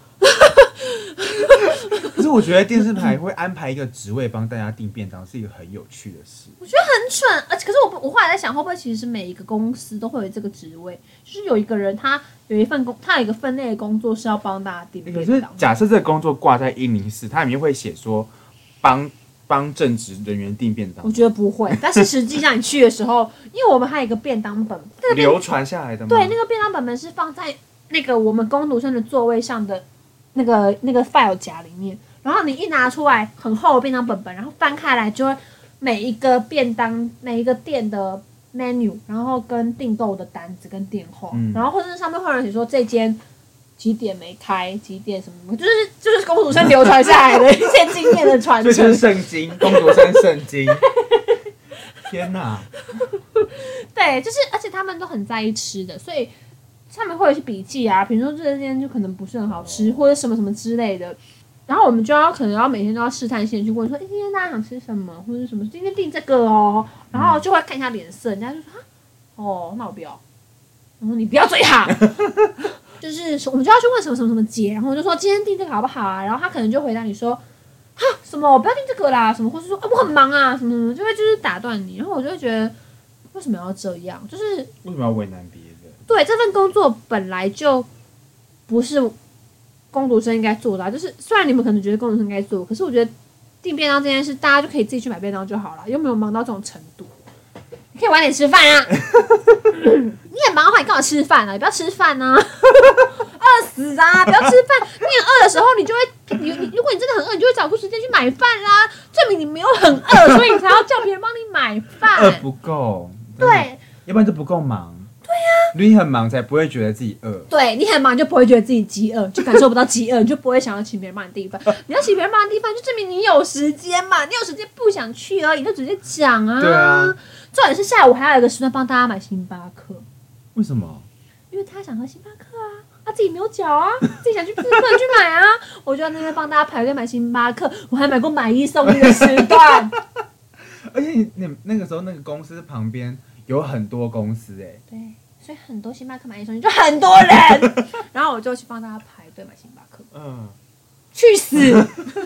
可是我觉得电视台会安排一个职位帮大家订便当是一个很有趣的事。 我觉得很蠢，而且可是我我后来在想，会不会其实是每一个公司都会有这个职位，就是有一个人他有一份工，他有一个分内的工作是要帮大家订便当。 可是假设这个工作挂在一零四，它里面会写说帮帮正职人员订便当。 我觉得不会，但是实际上你去的时候，因为我们还有一个便当本，那个流传下来的吗？ 对，那个便当本本是放在那个我们工读生的座位上的那个那个 file 夹里面。然后你一拿出来，很厚的便当本本，然后翻开来就会每一个便当、每一个店的 menu， 然后跟订购的单子跟电话，嗯、然后或者是上面会有人写说这间几点没开，几点什么，就是就是工读生流传下来的一些经验的传承。 这就是圣经，工读生圣经。天哪！ 对，就是而且他们都很在意吃的，所以上面会有一些笔记啊，比如说这间就可能不是很好吃，或者什么什么之类的。然后我们就要可能要每天都要试探性去问说，哎，今天大家想吃什么，或者什么，今天订这个哦，然后就会看一下脸色，人家就说，哦，那我不要，我说你不要追他，就是我们就要去问什么什么什么节，然后我就说今天订这个好不好啊？然后他可能就回答你说，哈，什么我不要订这个啦，什么，或是说，啊，我很忙啊，什么什么，就会就是打断你，然后我就会觉得为什么要这样？就是为什么要为难别人？ 对，这份工作本来就不是工读生应该做的、啊，就是虽然你们可能觉得工读生应该做，可是我觉得订便当这件事，大家就可以自己去买便当就好了，又没有忙到这种程度。你可以晚点吃饭啊！你很忙的话，你干嘛吃饭啊？你不要吃饭啊！饿死啊！不要吃饭。你很饿的时候，你就会，你你如果你真的很饿，你就会找出时间去买饭啦。证明你没有很饿，所以你才要叫别人帮你买饭。 饿不够， 对， 要不然就不够忙。对呀、啊，你很忙才不会觉得自己饿。 对，你很忙就不会觉得自己饥饿，就感受不到饥饿，你就不会想要请别人帮你订饭。你要请别人帮你订饭，就证明你有时间嘛。你有时间不想去而已，就直接讲啊。 对啊。 重点是下午还有一个时段帮大家买星巴克。 为什么？ 因为他想喝星巴克啊，他自己没有缴啊，自己想去自己不能去买啊。我就在那边帮大家排队买星巴克，我还买过买一送一的时段。 而且你你那个时候那个公司旁边有很多公司哎、欸。 对。所以很多星巴克买一送一，就很多人，然后我就去帮大家排队买星巴克。嗯，去死！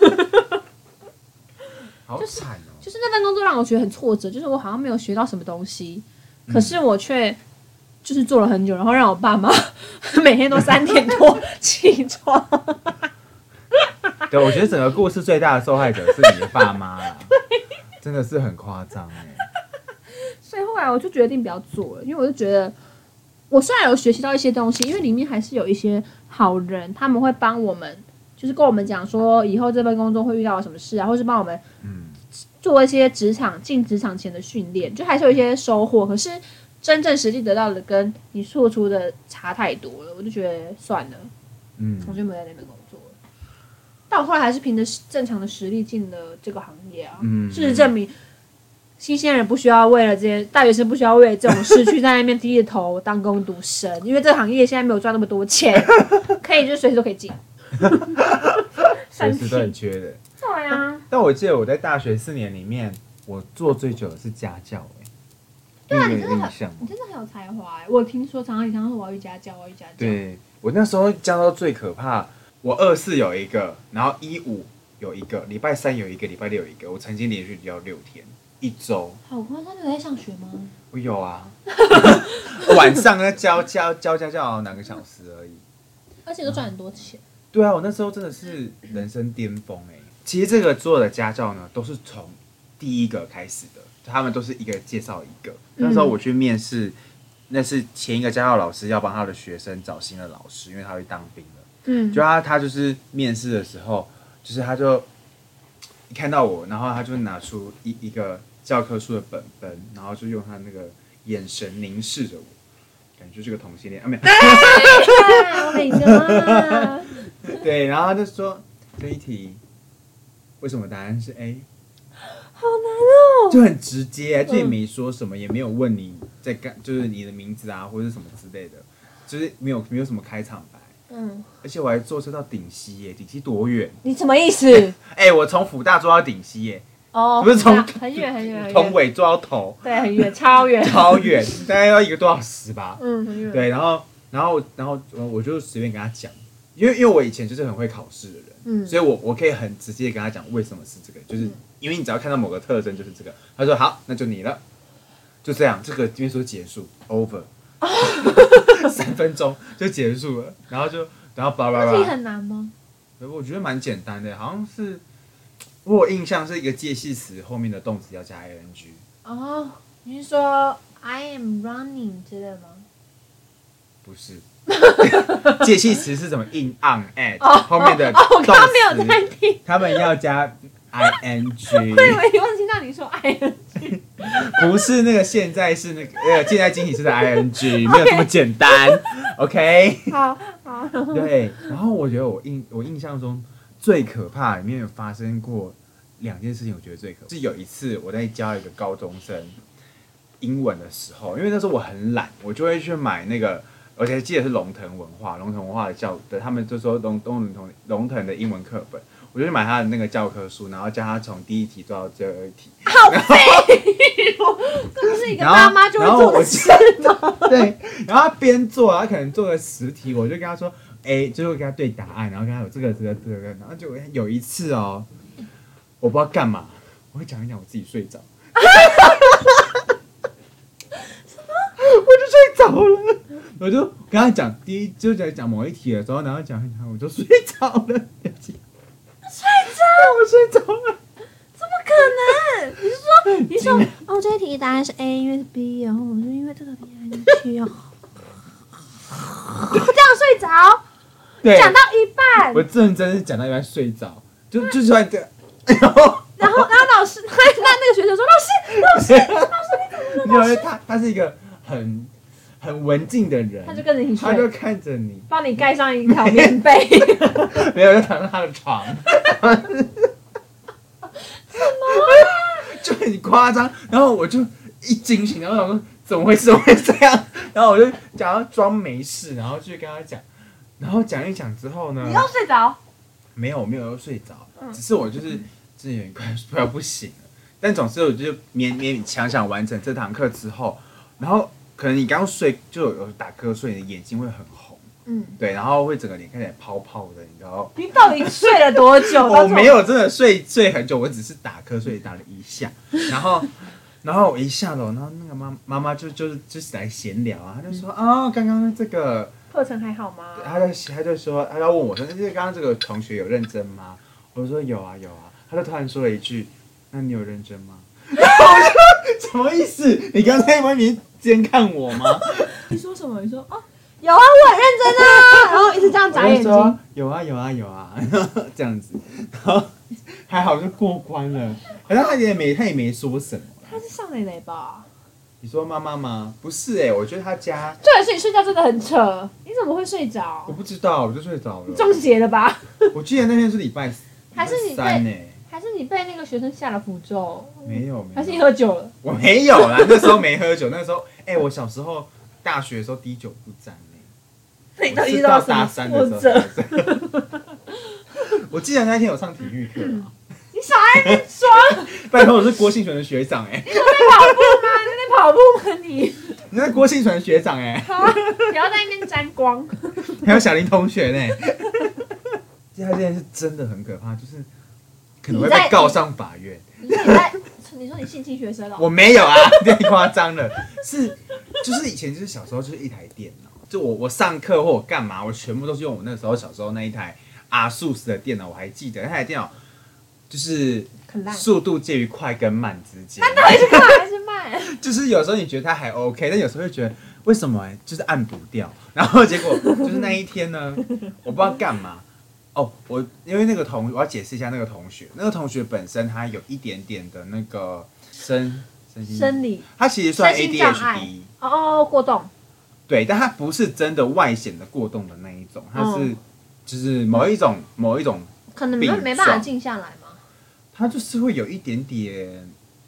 好惨哦、 就是！就是那份工作让我觉得很挫折，就是我好像没有学到什么东西，可是我却就是做了很久，然后让我爸妈每天都三点多起床。 对，我觉得整个故事最大的受害者是你的爸妈啦，真的是很夸张哎。 所以后来我就决定不要做了，因为我就觉得。我虽然有学习到一些东西，因为里面还是有一些好人，他们会帮我们，就是跟我们讲说以后这份工作会遇到什么事啊，或是帮我们做一些职场进职场前的训练，就还是有一些收获。可是真正实际得到的跟你付出的差太多了，我就觉得算了，嗯，我就没有在那边工作了。但我后来还是凭着正常的实力进了这个行业啊，嗯、事实证明。新鲜人不需要为了这些，大学生不需要为了这种事去在那边低着头当工读生，因为这个行业现在没有赚那么多钱，可以就是随时都可以进， 随时都很缺的。 对啊。 但我记得我在大学四年里面，我做最久的是家教、欸， 对啊，你真的很，你真的很有才华哎、欸！我有听说常常你常常说我要去家教，我要去家教。 对，我那时候教到最可怕，我二四有一个，然后一五有一个，礼拜三有一个，礼拜六有一个，我曾经连续教六天。一周好夸张！你有在上学吗？ 我有啊，晚上在教教教家教两个小时而已， 而且都赚很多钱。 对啊，我那时候真的是人生巅峰哎、欸。其实这个所有的家教呢，都是从第一个开始的，他们都是一个介绍一个。那时候我去面试，那是前一个家教老师要帮他的学生找新的老师，因为他会当兵了。嗯，就他他就是面试的时候，就是他就一看到我，然后他就拿出一一个。教科书的本本，然后就用他那个眼神凝视着我，感觉是个同性恋啊，没有。 我每个。 对，然后他就说这一题为什么答案是 A？ 好难就很直接，就也没说什么，也没有问你在干，就是你的名字啊或者什么之类的，就是没有没有什么开场白。嗯，而且我还坐车到顶溪耶，顶溪多远？ 你什么意思？ 哎、欸，我从福大坐到顶溪耶。 哦， 不是从很远很远， 从尾坐到头， 对，很远，超远， 超远，大概要一个多小时吧。 嗯，很远。 对，然后，然后，然后我就随便跟他讲，因为因为我以前就是很会考试的人，嗯，所以我我可以很直接跟他讲为什么是这个，就是因为你只要看到某个特征就是这个。他说好，那就你了，就这样，这个这边说结束 ，over， 三分钟就结束了，然后就然后叭叭叭。 问题很难吗？ 我觉得蛮简单的，好像是。我有印象是一个介系词后面的动词要加 ing。 哦，你是说 I am running 之类吗？ 不是，介系词是什么 in on at、哦、后面的动词、哦哦、我刚刚没有在听，他们要加 ing。 我以为你忘记到你说 ing， 不是那个现在是那个呃现在进行式的 ing， 没有这么简单。OK， 好好。 对，然后我觉得我印我印象中。最可怕里面有发生过两件事情，我觉得最可怕是有一次我在教一个高中生英文的时候，因为那时候我很懒，我就会去买那个，而且记得是龙腾文化，龙腾文化的教的，他们就说龙东龙龙腾的英文课本，我就去买他的那个教科书，然后教他从第一题做到最后一题。 好废哦！这不是一个妈妈就会做的事吗？ 对，然后他边做，他可能做了十题，我就跟他说。A 最后跟他对答案，然后跟他有这个这个这个，然后就有一次哦，我不知道干嘛，我会讲一讲我自己睡着，我就睡着了，我就跟他讲第一就在讲某一题的时候，然后讲一讲我就睡着了， 睡着， 我睡着了， 怎么可能？你是说你说哦这一题答案是 A， 因为是 B 哦，我说因为这个 B 还是 Q 哦，这样睡着。讲到一半， 我认真是讲到一半睡着，就就突然这样，然后然后然后老师，那那个学生说：“老师，老师，老师，你怎么了？” 因为他他是一个很很文静的人， 他就跟着你睡， 他就看着你， 帮你盖上一条棉被， 没有就躺在他的床， 什么、啊？ 就很夸张。然后我就一惊醒，然后想说怎么回事？怎么会这样？然后我就假装装没事，然后去跟他讲。然后讲一讲之后呢？ 你又睡着？ 没有，我没有又睡着，嗯、只是我就是真的有点快快要不行了。但总之我就勉勉强强完成这堂课之后，然后可能你刚睡就有有打瞌睡，你的眼睛会很红，嗯，对，然后会整个脸看起来泡泡的，你知道？ 你到底睡了多久？ 我没有真的睡睡很久，我只是打瞌睡打了一下，然后。然后我一下楼，然后那个妈妈妈就就是就是来闲聊啊，她就说、嗯、哦，刚刚这个课程还好吗？ 她就她就说，她要问我说，那刚刚这个同学有认真吗？我说有啊有啊，她就突然说了一句，那你有认真吗？然后我说什么意思？你刚才在你监看我吗？ 你说什么？你说哦，有啊，我很认真啊，然后一直这样眨眼睛， 有啊有啊有啊，这样子，然后还好就过关了，好像他也没他也没说什么。 他是上磊磊吧？ 你说妈妈吗？不是哎、欸，我觉得他家。 重点是你睡觉真的很扯，你怎么会睡着？ 我不知道，我就睡着了。 中邪了吧？ 我记得那天是礼拜还是你三呢、欸？ 还是你被那个学生下了符咒？ 没有，没有。 还是你喝酒了？ 我没有啦，那时候没喝酒。那时候，哎、欸，我小时候大学的时候滴酒不沾呢、 欸。你到底遇到什么挫折？ 我记得那天有上体育课啊。 你少在那边说！ 拜托，我是郭幸存的学长哎、欸。 你有在跑步吗？你在跑步吗你？ 你是郭幸存的学长哎、欸。 好，不要在那边沾光。 还有小林同学呢、欸。他这件事真的很可怕，就是可能会被告上法院。 你在，你, 在你说你性侵学生了、哦？ 我没有啊，太夸张了。是，就是以前就是小时候就是一台电脑，就我我上课或我干嘛，我全部都是用我那时候小时候那一台 ASUS 的电脑，我还记得那台电脑。就是速度介于快跟慢之间。 它到底是快还是慢？ 就是有时候你觉得它还 OK， 但有时候会觉得为什么、欸、就是按不掉，然后结果就是那一天呢，我不知道干嘛。哦，我因为那个同我要解释一下那个同学，那个同学本身他有一点点的那个生生生理， 他其实算 A D H D 哦，过动。 对，但他不是真的外显的过动的那一种，他是就是某一种、嗯、某一种可能没没办法静下来嘛。 他就是会有一点点，对，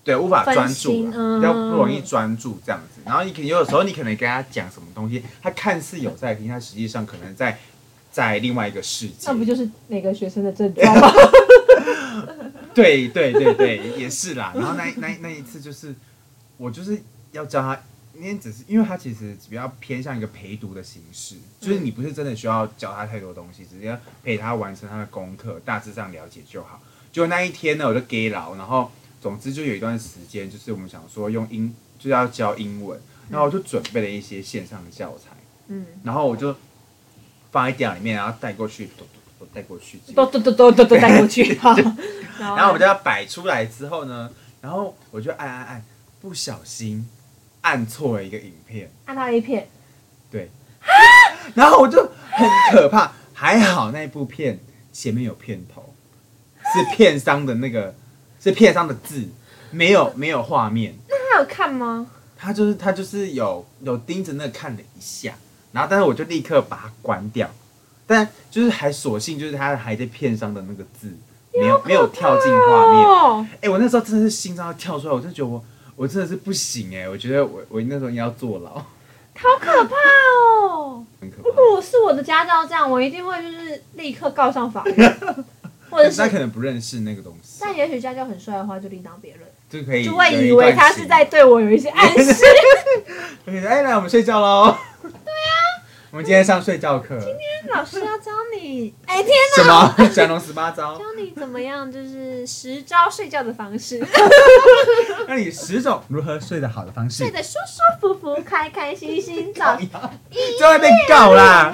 对，无法专分注心， 啦， 嗯比较不容易专注这样子。然后你可能有时候你可能跟他讲什么东西，他看似有在听，他实际上可能在在另外一个世界。 那不就是每个学生的症状吗？ 对对对对，也是啦。然后那那那一次就是我就是要教他，因为只是因为他其实比较偏向一个陪读的形式，就是你不是真的需要教他太多东西，只是要陪他完成他的功课，大致上了解就好。结果那一天呢，我就 gay 老，然后总之就有一段时间，就是我们想说用英就是要教英文，然后我就准备了一些线上的教材，嗯，然后我就放在电脑里面，然后带过去，都都带过去， 都都都都都都带过去，好， 然后我们就要摆出来之后呢，然后我就按按按，不小心按错了一个影片， 按到 A 片， 对，然后我就很可怕，还好那部片前面有片头，是片商的那个，是片商的字，没有没有画面。 那他有看吗？ 他就是他就是有有盯着那个看了一下，然后但是我就立刻把它关掉，但就是还索性就是他还在片商的那个字没有没有跳进画面。哎、欸，我那时候真的是心脏要跳出来，我真的觉得我我真的是不行哎、欸，我觉得我我那时候应该要坐牢。 好可怕哦！ 很可怕。 如果我是我的家教这样，我一定会就是立刻告上法院，或者是他可能不认识那个东西。 但也许家教很帅的话，就另当别论， 就可以就会以为他是在对我有一些暗示。 哎，来我们睡觉喽。对啊，我们今天上睡觉课。 今天老师要教你，哎、欸、天哪！什么？降龙十八招？ 教你怎么样，就是十招睡觉的方式。 那你十种如何睡得好的方式？ 睡得舒舒服服、开开心心，早一就会被告啦。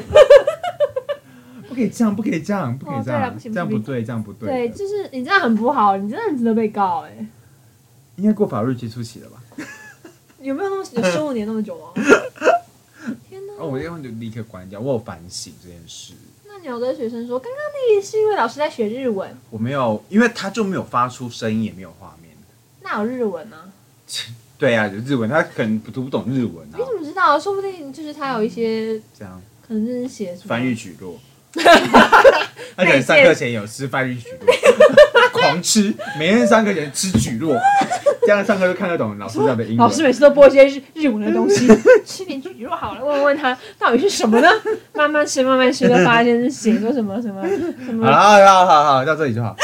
不可以这样，不可以这样，不可以这样，哦、这样不对，这样不对。 对，就是你这样很不好，你真的很值得被告哎、欸。 应该过法律接触期了吧？ 有没有那么有十五年那么久啊？天哪！ 哦，我要就立刻关掉，我有反省这件事。 那你有跟学生说，刚刚那也是因为老师在学日文？ 我没有，因为他就没有发出声音，也没有画面。 那有日文呢、啊？ 对啊，有日文，他可能读不懂日文啊。 你怎么知道？说不定就是他有一些这样， 可能就是写什么翻译举落。他可能上课前有吃翻译举落，狂吃，每天上课前吃举落，这样上课就看得懂老师讲的英文。 老师每次都播一些日日文的东西，吃点举落好了，问问他到底是什么呢？慢慢吃，慢慢吃，就发现是写说什么什么什么。 好，好，好，好，到这里就好。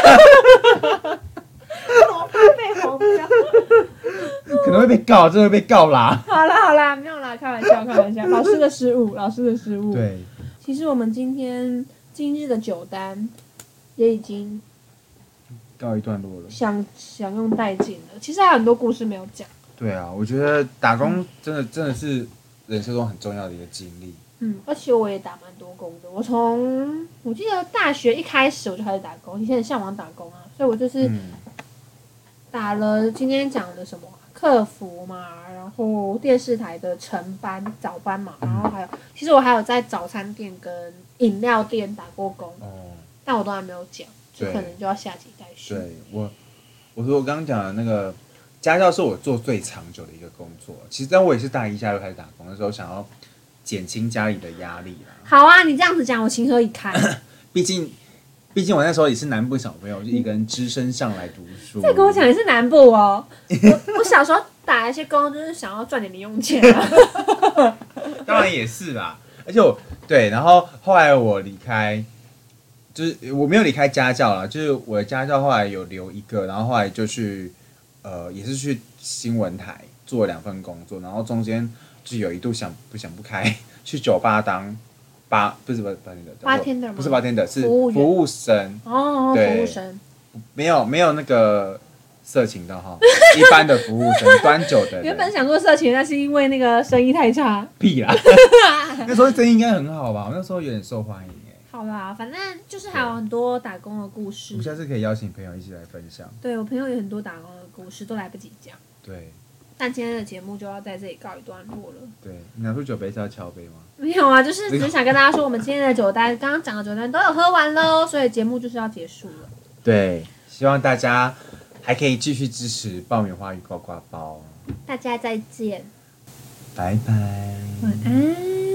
我怕被红标， 可能会被告，真的会被告啦。 好啦好啦，没有啦，开玩笑开玩笑，老师的失误，老师的失误。 对。 其实我们今天今日的酒单也已经告一段落了， 享享用殆尽了。其实还有很多故事没有讲。 对啊，我觉得打工真的真的是人生中很重要的一个经历。 嗯，而且我也打蛮多工的。我从我记得大学一开始我就开始打工，以前很向往打工啊，所以我就是打了今天讲的什么客服嘛，然后电视台的晨班早班嘛，然后还有，其实我还有在早餐店跟饮料店打过工，哦，但我都还没有讲，就可能就要下集再说。 对我，我说我刚刚讲的那个家教是我做最长久的一个工作。其实，但我也是大一下就开始打工的时候，想要减轻家里的压力啦。 好啊，你这样子讲，我情何以堪？ 毕竟，毕竟我那时候也是南部小朋友，就一个人只身上来读书。 再跟我讲也是南部哦。我我小时候打一些工，就是想要赚点零用钱啊。 当然也是啦，而且我对，然后后来我离开，就是我没有离开家教啦，就是我的家教后来有留一个，然后后来就去呃，也是去新闻台做了两份工作，然后中间就有一度想不想不开，去酒吧当八不是不是八天的， 八天的不是八天的，是服务服务生哦，服务生没有没有那个色情的哈，一般的服务生端酒的人。 原本想做色情，但是因为那个生意太差。 屁啦！那时候生意应该很好吧？我那时候有点受欢迎哎。 好啦，反正就是还有很多打工的故事。 我们下次可以邀请朋友一起来分享。 对，我朋友有很多打工的故事，都来不及讲。 对。 但今天的节目就要在这里告一段落了。 对，你拿出酒杯是要敲杯吗？ 没有啊，就是只是想跟大家说，我们今天的酒单，刚刚讲的酒单都有喝完喽，所以节目就是要结束了。 对，希望大家还可以继续支持爆米花与呱呱包。 大家再见， 拜拜， 晚安。